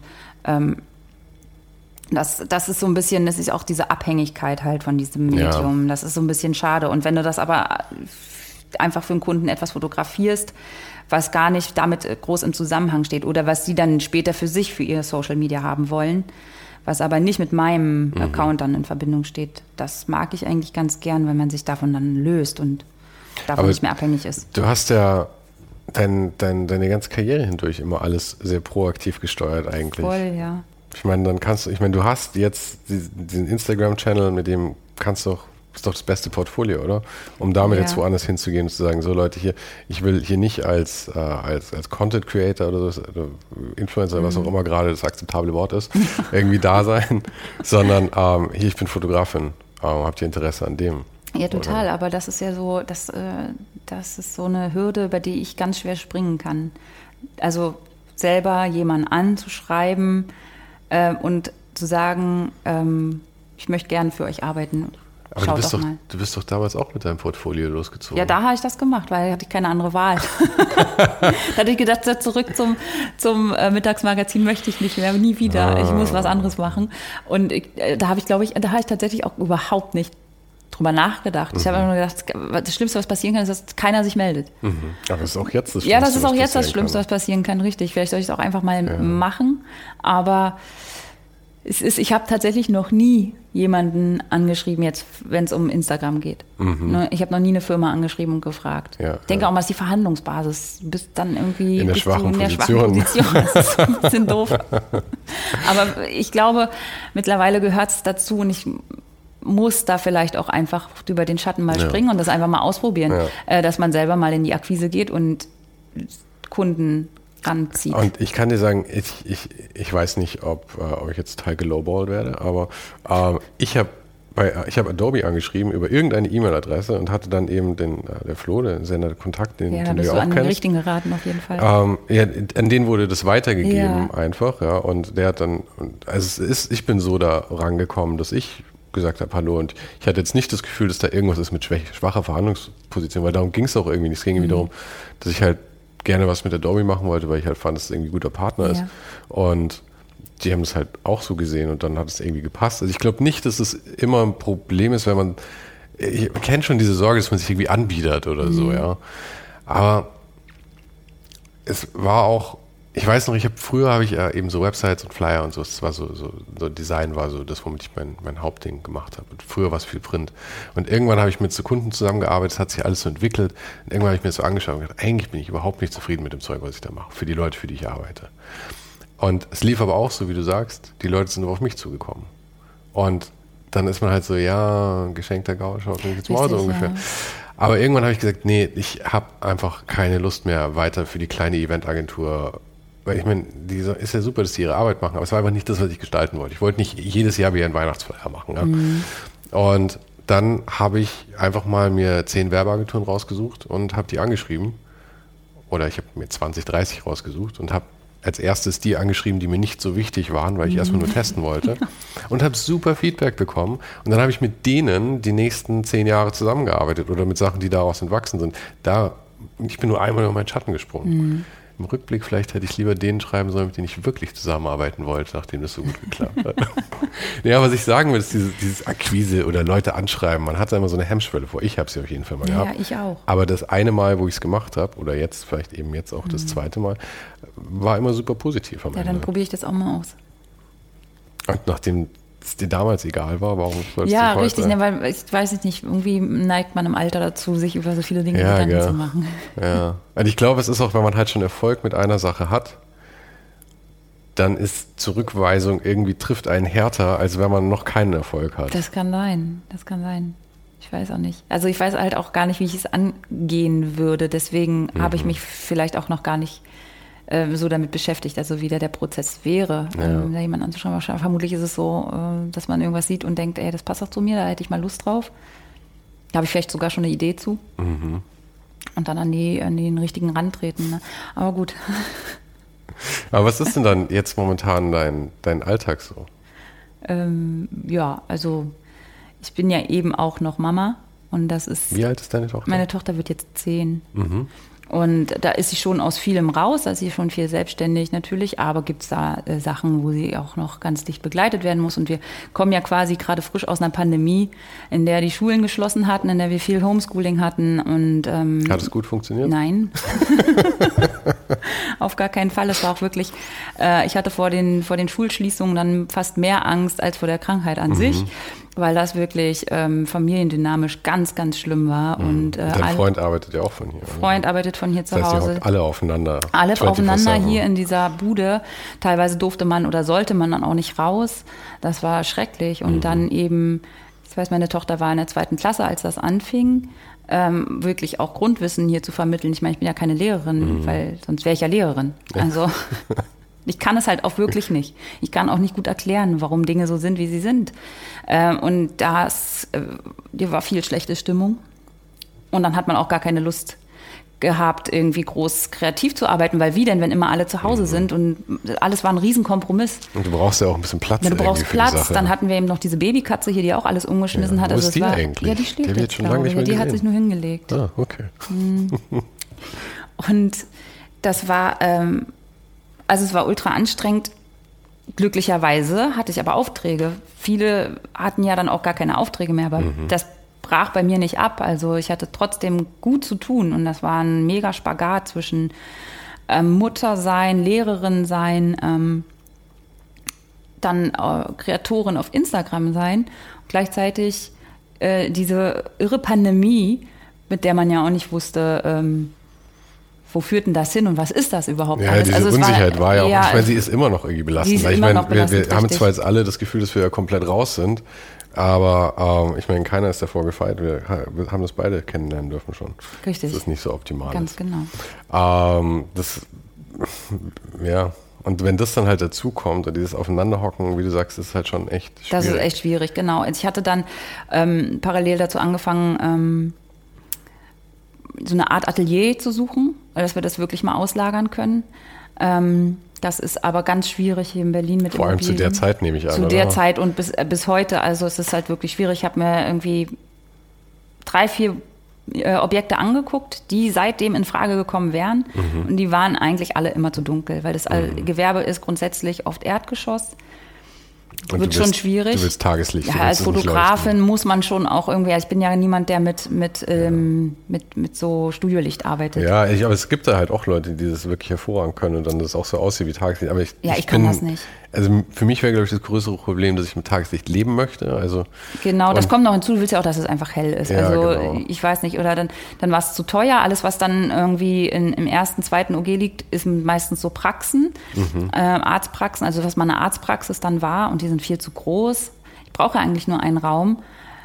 S2: das ist so ein bisschen, das ist auch diese Abhängigkeit halt von diesem Medium. Das ist so ein bisschen schade. Und wenn du das aber einfach für einen Kunden etwas fotografierst, was gar nicht damit groß im Zusammenhang steht oder was sie dann später für sich, für ihr Social Media haben wollen, was aber nicht mit meinem Account dann in Verbindung steht. Das mag ich eigentlich ganz gern, wenn man sich davon dann löst und davon nicht mehr abhängig ist.
S3: Du hast ja deine ganze Karriere hindurch immer alles sehr proaktiv gesteuert eigentlich.
S2: Voll, ja.
S3: Ich meine, du hast jetzt diesen Instagram-Channel, mit dem kannst du auch, ist doch das beste Portfolio, oder? Um damit jetzt woanders hinzugehen und zu sagen, so Leute, hier, ich will hier nicht als Content Creator oder so, oder Influencer, was auch immer gerade das akzeptable Wort ist, irgendwie da sein, sondern hier, ich bin Fotografin, habt ihr Interesse an dem?
S2: Ja, total, aber das ist ja so, das ist so eine Hürde, über die ich ganz schwer springen kann. Also selber jemanden anzuschreiben und zu sagen, ich möchte gerne für euch arbeiten.
S3: Aber du bist doch damals auch mit deinem Portfolio losgezogen.
S2: Ja, da habe ich das gemacht, weil da hatte ich keine andere Wahl. Da hatte ich gedacht, zurück zum Mittagsmagazin möchte ich nicht mehr, nie wieder. Ich muss was anderes machen. Und da habe ich tatsächlich auch überhaupt nicht drüber nachgedacht. Ich habe nur gedacht, das Schlimmste, was passieren kann, ist, dass keiner sich meldet.
S3: Aber das ist auch jetzt das Schlimmste.
S2: Ja, das ist auch jetzt das Schlimmste, was passieren kann, richtig. Vielleicht soll ich es auch einfach mal machen. Aber ich habe tatsächlich noch nie jemanden angeschrieben, jetzt, wenn es um Instagram geht. Ich habe noch nie eine Firma angeschrieben und gefragt. Ja, ich denke auch mal, ist die Verhandlungsbasis. Du bist dann irgendwie
S3: in der schwachen Position.
S2: Das ist ein bisschen doof. Aber ich glaube, mittlerweile gehört es dazu und ich muss da vielleicht auch einfach über den Schatten mal springen und das einfach mal ausprobieren, dass man selber mal in die Akquise geht und Kunden ranzieht.
S3: Und ich kann dir sagen, ich weiß nicht, ob ich jetzt total gelowballt werde, aber ich habe Adobe angeschrieben über irgendeine E-Mail-Adresse und hatte dann eben der Flo, der sehr nette Kontakt, den du ja auch kennst. Ja, da bist du an den
S2: richtigen geraten auf jeden Fall.
S3: An den wurde das weitergegeben einfach, und der hat dann, ich bin so da rangekommen, dass ich gesagt habe, hallo, und ich hatte jetzt nicht das Gefühl, dass da irgendwas ist mit schwacher Verhandlungsposition, weil darum ging es auch irgendwie nicht. Es ging irgendwie darum, dass ich halt gerne was mit Adobe machen wollte, weil ich halt fand, dass es irgendwie ein guter Partner ist. Und die haben es halt auch so gesehen und dann hat es irgendwie gepasst. Also ich glaube nicht, dass es immer ein Problem ist, wenn ich kenne schon diese Sorge, dass man sich irgendwie anbietet oder so, ja. Aber es war auch ich weiß noch, früher habe ich eben so Websites und Flyer und so, es war so Design war so das, womit ich mein Hauptding gemacht habe. Und früher war es viel Print. Und irgendwann habe ich mit so Kunden zusammengearbeitet, es hat sich alles so entwickelt. Und irgendwann habe ich mir das so angeschaut und gedacht, eigentlich bin ich überhaupt nicht zufrieden mit dem Zeug, was ich da mache, für die Leute, für die ich arbeite. Und es lief aber auch so, wie du sagst, die Leute sind nur auf mich zugekommen. Und dann ist man halt so, ja, geschenkter Gauschau, jetzt mal so ungefähr. Ja. Aber irgendwann habe ich gesagt, nee, ich habe einfach keine Lust mehr weiter für die kleine Eventagentur. Weil ich meine, ist ja super, dass die ihre Arbeit machen, aber es war einfach nicht das, was ich gestalten wollte. Ich wollte nicht jedes Jahr wieder einen Weihnachtsflyer machen. Ja? Mhm. Und dann habe ich einfach mal mir 10 Werbeagenturen rausgesucht und habe die angeschrieben. Oder ich habe mir 20, 30 rausgesucht und habe als erstes die angeschrieben, die mir nicht so wichtig waren, weil ich erstmal nur testen wollte. Und habe super Feedback bekommen. Und dann habe ich mit denen die nächsten 10 Jahre zusammengearbeitet oder mit Sachen, die daraus entwachsen sind. Ich bin nur einmal über meinen Schatten gesprungen. Mhm. Im Rückblick, vielleicht hätte ich lieber denen schreiben sollen, mit denen ich wirklich zusammenarbeiten wollte, nachdem das so gut geklappt hat. Ja, was ich sagen will, ist dieses Akquise oder Leute anschreiben. Man hat da immer so eine Hemmschwelle vor. Ich habe sie auf jeden Fall mal gehabt.
S2: Ja, ich auch.
S3: Aber das eine Mal, wo ich es gemacht habe, oder jetzt vielleicht eben jetzt auch das zweite Mal, war immer super positiv am Ende.
S2: Ja, dann probiere ich das auch mal aus.
S3: Und nachdem es dir damals egal war, warum sollst
S2: du
S3: heute?
S2: Richtig, ne, weil ich weiß nicht, irgendwie neigt man im Alter dazu, sich über so viele Dinge Gedanken zu machen.
S3: Ja, und ich glaube, es ist auch, wenn man halt schon Erfolg mit einer Sache hat, dann ist Zurückweisung irgendwie trifft einen härter, als wenn man noch keinen Erfolg hat.
S2: Das kann sein. Ich weiß auch nicht. Also ich weiß halt auch gar nicht, wie ich es angehen würde. Deswegen habe ich mich vielleicht auch noch gar nicht so damit beschäftigt, also wie der Prozess wäre, da jemanden anzuschauen. Vermutlich ist es so, dass man irgendwas sieht und denkt, ey, das passt doch zu mir, da hätte ich mal Lust drauf. Da habe ich vielleicht sogar schon eine Idee zu. Mhm. Und dann an den richtigen Rand treten. Ne? Aber gut.
S3: Aber was ist denn dann jetzt momentan dein Alltag so?
S2: Also ich bin ja eben auch noch Mama. Und das ist.
S3: Wie alt ist deine Tochter?
S2: Meine Tochter wird jetzt 10. Mhm. Und da ist sie schon aus vielem raus, da ist sie schon viel selbstständig natürlich, aber gibt es da Sachen, wo sie auch noch ganz dicht begleitet werden muss. Und wir kommen ja quasi gerade frisch aus einer Pandemie, in der die Schulen geschlossen hatten, in der wir viel Homeschooling hatten. Und,
S3: hat es gut funktioniert?
S2: Nein, auf gar keinen Fall. Es war auch wirklich, ich hatte vor den Schulschließungen dann fast mehr Angst als vor der Krankheit an sich. Weil das wirklich familiendynamisch ganz, ganz schlimm war. Und
S3: dein Freund arbeitet ja auch von hier.
S2: Freund arbeitet von hier zu Hause.
S3: Das heißt, ihr alle aufeinander.
S2: Alle aufeinander hier in dieser Bude. Teilweise durfte man oder sollte man dann auch nicht raus. Das war schrecklich. Und dann eben, ich weiß, meine Tochter war in der 2. Klasse, als das anfing, wirklich auch Grundwissen hier zu vermitteln. Ich meine, ich bin ja keine Lehrerin, weil sonst wäre ich ja Lehrerin. Also ich kann es halt auch wirklich nicht. Ich kann auch nicht gut erklären, warum Dinge so sind, wie sie sind. Und hier war viel schlechte Stimmung. Und dann hat man auch gar keine Lust gehabt, irgendwie groß kreativ zu arbeiten, weil wie denn, wenn immer alle zu Hause sind und alles war ein Riesenkompromiss.
S3: Und du brauchst ja auch ein bisschen Platz.
S2: Ja, du brauchst Platz. Dann hatten wir eben noch diese Babykatze hier, die auch alles umgeschmissen hat.
S3: Wo ist die eigentlich?
S2: Ja, die schläft
S3: die
S2: jetzt, glaube ich. Die hat sich nur hingelegt.
S3: Ah, okay.
S2: Und das war, also es war ultra anstrengend. Glücklicherweise hatte ich aber Aufträge. Viele hatten ja dann auch gar keine Aufträge mehr, aber das brach bei mir nicht ab. Also ich hatte trotzdem gut zu tun und das war ein mega Spagat zwischen Mutter sein, Lehrerin sein, dann Kreatorin auf Instagram sein und gleichzeitig diese irre Pandemie, mit der man ja auch nicht wusste, wo führt denn das hin und was ist das überhaupt?
S3: Ja, alles? Diese Unsicherheit war ja auch, ich meine, sie ist immer noch irgendwie belastend. Weil ich meine, wir haben zwar jetzt alle das Gefühl, dass wir ja komplett raus sind, aber ich meine, keiner ist davor gefeit. Wir haben das beide kennenlernen dürfen schon.
S2: Richtig.
S3: Das ist nicht so optimal.
S2: Ganz genau.
S3: Und wenn das dann halt dazu kommt und dieses Aufeinanderhocken, wie du sagst, ist halt schon echt schwierig.
S2: Das ist echt schwierig, genau. Ich hatte dann parallel dazu angefangen, so eine Art Atelier zu suchen, dass wir das wirklich mal auslagern können. Das ist aber ganz schwierig hier in Berlin mit
S3: Vor allem zu der Zeit, nehme ich an.
S2: Zu der Zeit und bis heute. Also es ist halt wirklich schwierig. Ich habe mir irgendwie 3, 4 Objekte angeguckt, die seitdem in Frage gekommen wären. Und die waren eigentlich alle immer zu dunkel, weil das Gewerbe ist grundsätzlich oft Erdgeschoss. wird schon schwierig.
S3: Du willst Tageslicht.
S2: Ja, als Fotografin muss man schon auch irgendwie, ich bin ja niemand, der mit so Studiolicht arbeitet.
S3: Ja, aber es gibt da halt auch Leute, die das wirklich hervorragend können und dann das auch so aussieht wie Tageslicht. Aber ich
S2: kann das nicht.
S3: Also für mich wäre, glaube ich, das größere Problem, dass ich mit Tageslicht leben möchte. Also
S2: genau, das kommt noch hinzu. Du willst ja auch, dass es einfach hell ist.
S3: Ja,
S2: also
S3: genau.
S2: Ich weiß nicht, oder dann war es zu teuer. Alles, was dann irgendwie im ersten, zweiten OG liegt, ist meistens so Praxen, Arztpraxen, also was meine Arztpraxis dann war und die sind viel zu groß. Ich brauche eigentlich nur einen Raum.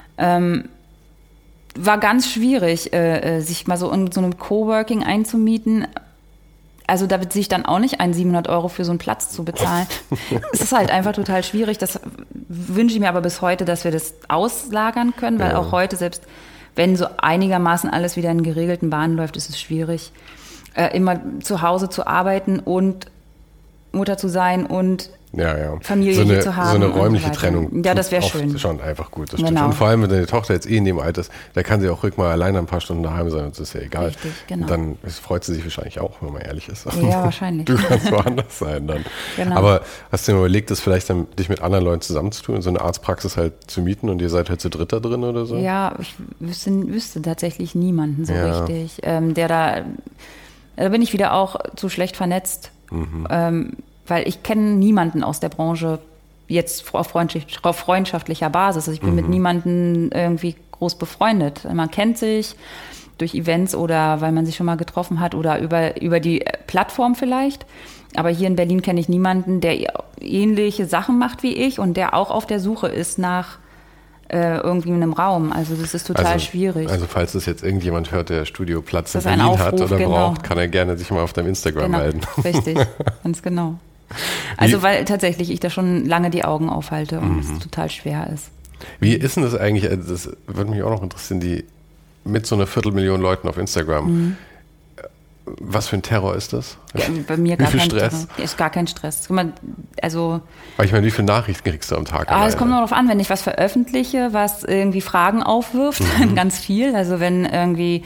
S2: War ganz schwierig, sich mal so in so einem Coworking einzumieten. Also da wird sich dann auch nicht 700 € für so einen Platz zu bezahlen. Es ist halt einfach total schwierig. Das wünsche ich mir aber bis heute, dass wir das auslagern können, weil auch heute, selbst wenn so einigermaßen alles wieder in geregelten Bahnen läuft, ist es schwierig, immer zu Hause zu arbeiten und Mutter zu sein und Familie hier zu haben.
S3: So eine räumliche Trennung.
S2: Ja, das wäre schön.
S3: Schon einfach gut. Das stimmt. Und vor allem, wenn deine Tochter jetzt in dem Alter ist, da kann sie auch ruhig mal alleine ein paar Stunden daheim sein. Das ist ja egal.
S2: Richtig, genau.
S3: Und dann freut sie sich wahrscheinlich auch, wenn man ehrlich ist.
S2: Ja, wahrscheinlich.
S3: Du kannst woanders sein dann.
S2: Genau.
S3: Aber hast du dir mal überlegt, das vielleicht dann dich mit anderen Leuten zusammenzutun, so eine Arztpraxis halt zu mieten und ihr seid halt zu dritt da drin oder so?
S2: Ja, ich wüsste tatsächlich niemanden so richtig, der da bin ich wieder auch zu schlecht vernetzt. Weil ich kenne niemanden aus der Branche jetzt auf freundschaftlicher Basis. Also ich bin mit niemandem irgendwie groß befreundet. Man kennt sich durch Events oder weil man sich schon mal getroffen hat oder über die Plattform vielleicht. Aber hier in Berlin kenne ich niemanden, der ähnliche Sachen macht wie ich und der auch auf der Suche ist nach irgendwie in einem Raum. Also das ist total schwierig.
S3: Also falls das jetzt irgendjemand hört, der Studioplatz in Berlin hat oder braucht, kann er gerne sich mal auf deinem Instagram melden.
S2: Richtig, ganz genau. Also weil tatsächlich ich da schon lange die Augen aufhalte und es total schwer ist.
S3: Wie ist denn das eigentlich, also das würde mich auch noch interessieren, die mit so einer 250.000 Leuten auf Instagram, was für ein Terror ist das?
S2: Ja, bei mir gar
S3: kein
S2: Stress. Ist gar kein Stress. Also,
S3: weil ich meine, wie viele Nachrichten kriegst du am Tag?
S2: Es kommt nur darauf an, wenn ich was veröffentliche, was irgendwie Fragen aufwirft, ganz viel. Also wenn irgendwie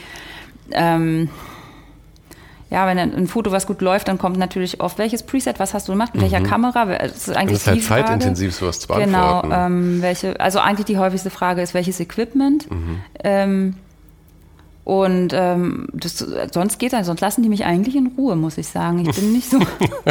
S2: wenn ein Foto, was gut läuft, dann kommt natürlich oft, welches Preset, was hast du gemacht, mit welcher Kamera? Das ist eigentlich
S3: das ist halt zeitintensiv, sowas zu beantworten.
S2: Genau, also eigentlich die häufigste Frage ist, welches Equipment? Sonst geht's, sonst lassen die mich eigentlich in Ruhe, muss ich sagen. Ich bin nicht so.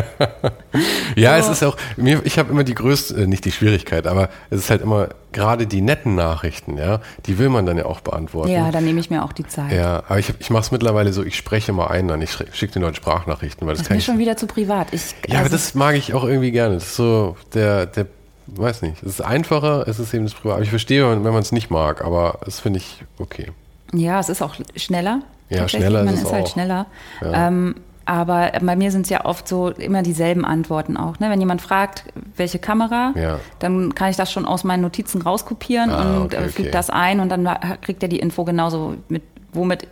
S3: Ja, es ist auch, ich habe immer die größte, nicht die Schwierigkeit, aber es ist halt immer gerade die netten Nachrichten, die will man dann ja auch beantworten.
S2: Ja, dann nehme ich mir auch die Zeit.
S3: Ja, aber ich mache es mittlerweile so, ich spreche mal ein, dann ich schicke den Leuten Sprachnachrichten. Weil das kann
S2: ist mir schon wieder zu privat.
S3: Aber das mag ich auch irgendwie gerne. Das ist so der weiß nicht, es ist einfacher, es ist eben das Privat. Aber ich verstehe, wenn man es nicht mag, aber das finde ich okay.
S2: Ja, es ist auch schneller.
S3: Ja, schneller
S2: man
S3: ist es
S2: ist halt
S3: auch.
S2: schneller.
S3: Ja.
S2: Aber bei mir sind es ja oft so immer dieselben Antworten auch. Ne? Wenn jemand fragt, welche Kamera, dann kann ich das schon aus meinen Notizen rauskopieren und füge das ein und dann kriegt er die Info genauso womit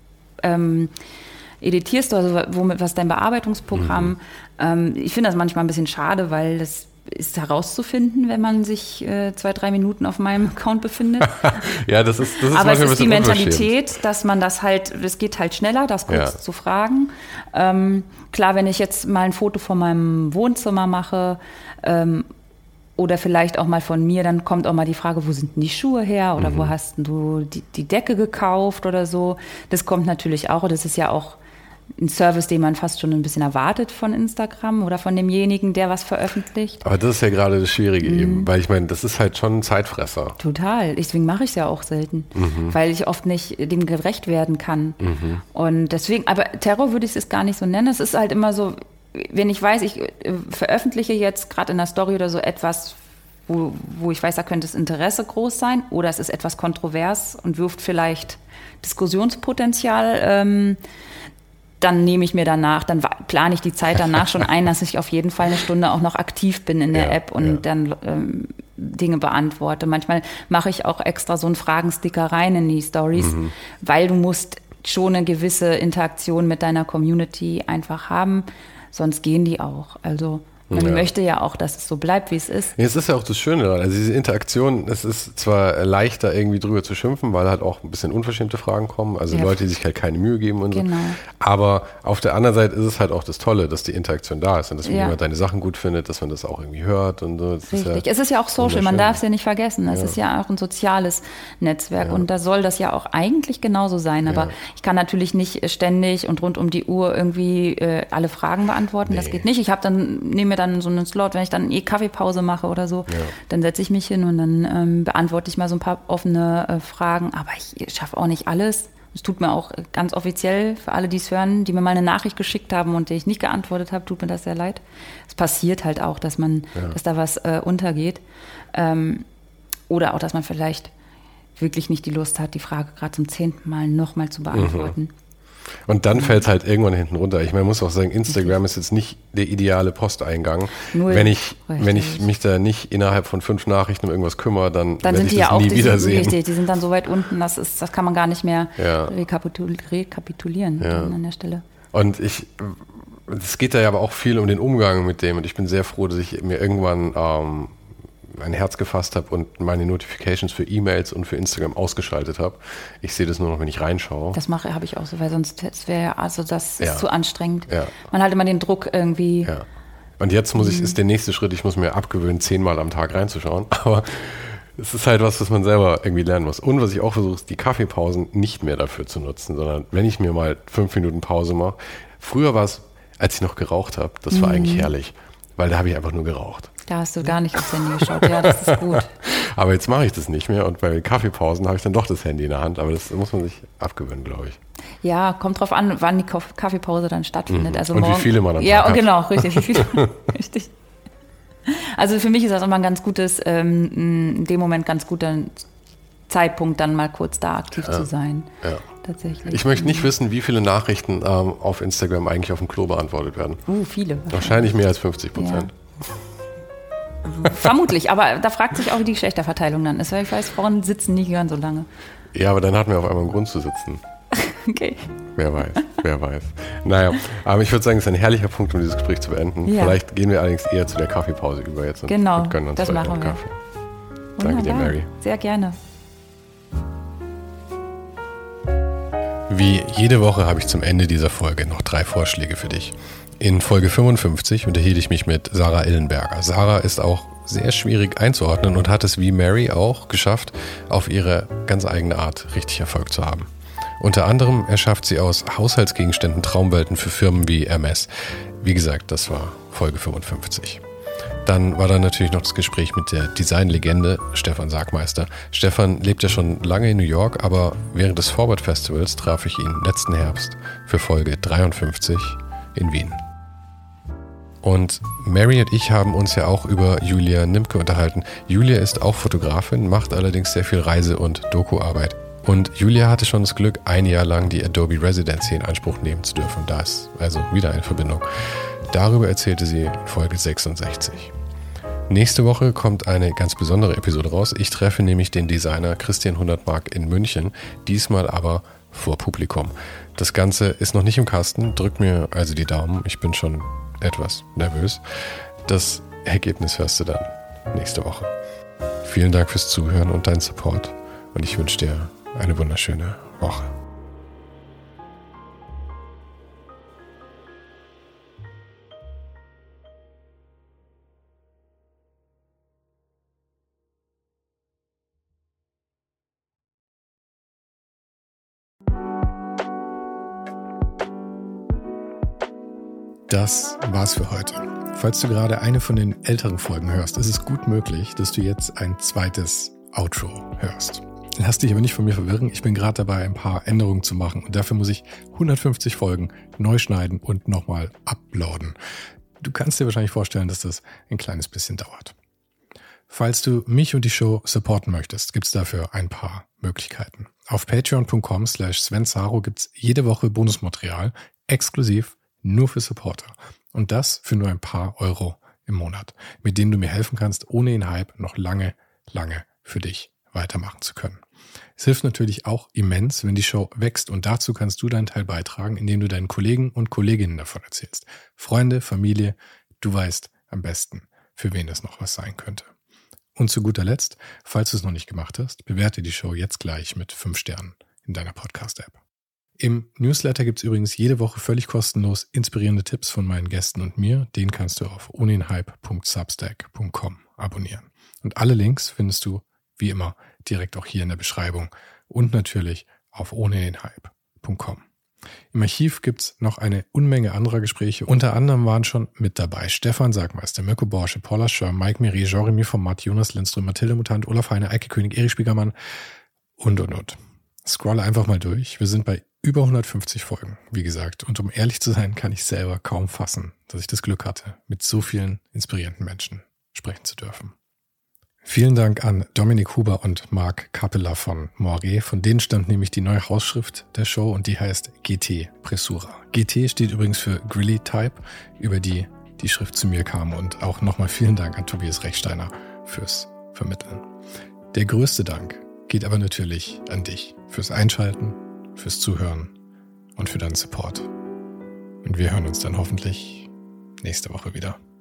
S2: editierst du, also was ist dein Bearbeitungsprogramm. Ich finde das manchmal ein bisschen schade, weil das ist herauszufinden, wenn man sich 2-3 Minuten auf meinem Account befindet.
S3: Ja, das ist
S2: aber es ist die Mentalität, dass man das geht halt schneller, das kurz zu fragen. Klar, wenn ich jetzt mal ein Foto von meinem Wohnzimmer mache oder vielleicht auch mal von mir, dann kommt auch mal die Frage, wo sind denn die Schuhe her oder wo hast du die Decke gekauft oder so. Das kommt natürlich auch, das ist ja auch ein Service, den man fast schon ein bisschen erwartet von Instagram oder von demjenigen, der was veröffentlicht.
S3: Aber das ist ja gerade das Schwierige eben, weil ich meine, das ist halt schon ein Zeitfresser.
S2: Total, deswegen mache ich es ja auch selten, weil ich oft nicht dem gerecht werden kann. Und deswegen, aber Terror würde ich es gar nicht so nennen, es ist halt immer so, wenn ich weiß, ich veröffentliche jetzt gerade in der Story oder so etwas, wo ich weiß, da könnte das Interesse groß sein oder es ist etwas kontrovers und wirft vielleicht Diskussionspotenzial, dann nehme ich mir danach, dann plane ich die Zeit danach schon ein, dass ich auf jeden Fall eine Stunde auch noch aktiv bin in der App und dann Dinge beantworte. Manchmal mache ich auch extra so einen Fragensticker rein in die Stories, weil du musst schon eine gewisse Interaktion mit deiner Community einfach haben, sonst gehen die auch. Also Man möchte ja auch, dass es so bleibt, wie es ist.
S3: Ja, es ist ja auch das Schöne daran. Also diese Interaktion, es ist zwar leichter irgendwie drüber zu schimpfen, weil halt auch ein bisschen unverschämte Fragen kommen, also Leute, die sich halt keine Mühe geben und so. Aber auf der anderen Seite ist es halt auch das Tolle, dass die Interaktion da ist und dass jemand deine Sachen gut findet, dass man das auch irgendwie hört und so. Das
S2: Richtig. Es ist ja auch Social, man darf es ja nicht vergessen. Es ist ja auch ein soziales Netzwerk und da soll das ja auch eigentlich genauso sein. Aber ich kann natürlich nicht ständig und rund um die Uhr irgendwie alle Fragen beantworten. Das geht nicht. Ich nehme mir dann so einen Slot, wenn ich dann Kaffeepause mache oder so, dann setze ich mich hin und dann beantworte ich mal so ein paar offene Fragen. Aber ich schaffe auch nicht alles. Es tut mir auch ganz offiziell für alle, die es hören, die mir mal eine Nachricht geschickt haben und die ich nicht geantwortet habe, tut mir das sehr leid. Es passiert halt auch, dass da was untergeht. Oder auch, dass man vielleicht wirklich nicht die Lust hat, die Frage gerade zum 10. Mal nochmal zu beantworten.
S3: Und dann fällt es halt irgendwann hinten runter. Ich meine, man muss auch sagen, Instagram ist jetzt nicht der ideale Posteingang. Wenn ich mich da nicht innerhalb von 5 Nachrichten um irgendwas kümmere, dann werde ich das nie wiedersehen.
S2: Richtig, die sind dann so weit unten, das kann man gar nicht mehr rekapitulieren an der Stelle.
S3: Und es geht da ja aber auch viel um den Umgang mit dem. Und ich bin sehr froh, dass ich mir irgendwann ein Herz gefasst habe und meine Notifications für E-Mails und für Instagram ausgeschaltet habe. Ich sehe das nur noch, wenn ich reinschaue.
S2: Das habe ich auch so, weil sonst wäre das ist zu anstrengend. Ja. Man hat immer den Druck irgendwie.
S3: Ja. Und jetzt ist der nächste Schritt, ich muss mir abgewöhnen, 10-mal am Tag reinzuschauen. Aber es ist halt was man selber irgendwie lernen muss. Und was ich auch versuche, ist die Kaffeepausen nicht mehr dafür zu nutzen, sondern wenn ich mir mal 5 Minuten Pause mache. Früher war es, als ich noch geraucht habe, das war eigentlich herrlich, weil da habe ich einfach nur geraucht.
S2: Da hast du gar nicht aufs Handy geschaut. Ja, das ist gut.
S3: Aber jetzt mache ich das nicht mehr und bei den Kaffeepausen habe ich dann doch das Handy in der Hand. Aber das muss man sich abgewöhnen, glaube ich.
S2: Ja, kommt drauf an, wann die Kaffeepause dann stattfindet. Also
S3: und
S2: morgen,
S3: wie viele man dann
S2: hat. Genau, richtig. Wie viele, richtig. Also für mich ist das immer ein ganz gutes, in dem Moment ganz guter Zeitpunkt, dann mal kurz da aktiv zu sein. Ja. Tatsächlich.
S3: Ich möchte nicht wissen, wie viele Nachrichten auf Instagram eigentlich auf dem Klo beantwortet werden.
S2: Viele.
S3: Wahrscheinlich mehr als 50%. Ja.
S2: Vermutlich, aber da fragt sich auch, wie die Geschlechterverteilung dann ist, weil ich weiß, Frauen sitzen nie gern so lange.
S3: Ja, aber dann hatten wir auf einmal einen Grund zu sitzen.
S2: Okay.
S3: Wer weiß. Naja, aber ich würde sagen, es ist ein herrlicher Punkt, um dieses Gespräch zu beenden. Ja. Vielleicht gehen wir allerdings eher zu der Kaffeepause über jetzt und gönnen uns
S2: das machen wir.
S3: Kaffee. Danke dir, Mary.
S2: Sehr gerne.
S3: Wie jede Woche habe ich zum Ende dieser Folge noch 3 Vorschläge für dich. In Folge 55 unterhielt ich mich mit Sarah Illenberger. Sarah ist auch sehr schwierig einzuordnen und hat es wie Mary auch geschafft, auf ihre ganz eigene Art richtig Erfolg zu haben. Unter anderem erschafft sie aus Haushaltsgegenständen Traumwelten für Firmen wie Hermes. Wie gesagt, das war Folge 55. Dann war da natürlich noch das Gespräch mit der Designlegende Stefan Sargmeister. Stefan lebt ja schon lange in New York, aber während des Forward Festivals traf ich ihn letzten Herbst für Folge 53 in Wien. Und Mary und ich haben uns ja auch über Julia Nimke unterhalten. Julia ist auch Fotografin, macht allerdings sehr viel Reise- und Doku-Arbeit. Und Julia hatte schon das Glück, 1 Jahr lang die Adobe Residency in Anspruch nehmen zu dürfen. Da ist also wieder eine Verbindung. Darüber erzählte sie in Folge 66. Nächste Woche kommt eine ganz besondere Episode raus. Ich treffe nämlich den Designer Christian Hundertmark in München, diesmal aber vor Publikum. Das Ganze ist noch nicht im Kasten, drück mir also die Daumen, ich bin schon etwas nervös. Das Ergebnis hörst du dann nächste Woche. Vielen Dank fürs Zuhören und deinen Support und ich wünsche dir eine wunderschöne Woche. Das war's für heute. Falls du gerade eine von den älteren Folgen hörst, ist es gut möglich, dass du jetzt ein zweites Outro hörst. Lass dich aber nicht von mir verwirren, ich bin gerade dabei, ein paar Änderungen zu machen und dafür muss ich 150 Folgen neu schneiden und nochmal uploaden. Du kannst dir wahrscheinlich vorstellen, dass das ein kleines bisschen dauert. Falls du mich und die Show supporten möchtest, gibt's dafür ein paar Möglichkeiten. Auf patreon.com/svensaro gibt's jede Woche Bonusmaterial, exklusiv nur für Supporter. Und das für nur ein paar Euro im Monat, mit denen du mir helfen kannst, ohne den Hype noch lange für dich weitermachen zu können. Es hilft natürlich auch immens, wenn die Show wächst und dazu kannst du deinen Teil beitragen, indem du deinen Kollegen und Kolleginnen davon erzählst. Freunde, Familie, du weißt,
S1: am besten, für wen das noch was sein könnte. Und zu guter Letzt, falls du es noch nicht gemacht hast, bewerte die Show jetzt gleich mit 5 Sternen in deiner Podcast-App. Im Newsletter gibt es übrigens jede Woche völlig kostenlos inspirierende Tipps von meinen Gästen und mir. Den kannst du auf ohndenhype.substack.com abonnieren. Und alle Links findest du, wie immer, direkt auch hier in der Beschreibung und natürlich auf ohndenhype.com. Im Archiv gibt's noch eine Unmenge anderer Gespräche. Unter anderem waren schon mit dabei Stefan Sagmeister, Mirko Borsche, Paula Schör, Mike Miri, Jeremy Format, Jonas Lindström, Mathilde Mutant, Olaf Heine, Eike König, Erich Spiegermann und. Scrolle einfach mal durch. Wir sind bei über 150 Folgen, wie gesagt. Und um ehrlich zu sein, kann ich selber kaum fassen, dass ich das Glück hatte, mit so vielen inspirierenden Menschen sprechen zu dürfen. Vielen Dank an Dominik Huber und Marc Capella von Moiré. Von denen stammt nämlich die neue Hausschrift der Show und die heißt GT Pressura. GT steht übrigens für Grilly Type, über die Schrift zu mir kam. Und auch nochmal vielen Dank an Tobias Rechsteiner fürs Vermitteln. Der größte Dank geht aber natürlich an dich fürs Einschalten, fürs Zuhören und für deinen Support. Und wir hören uns dann hoffentlich nächste Woche wieder.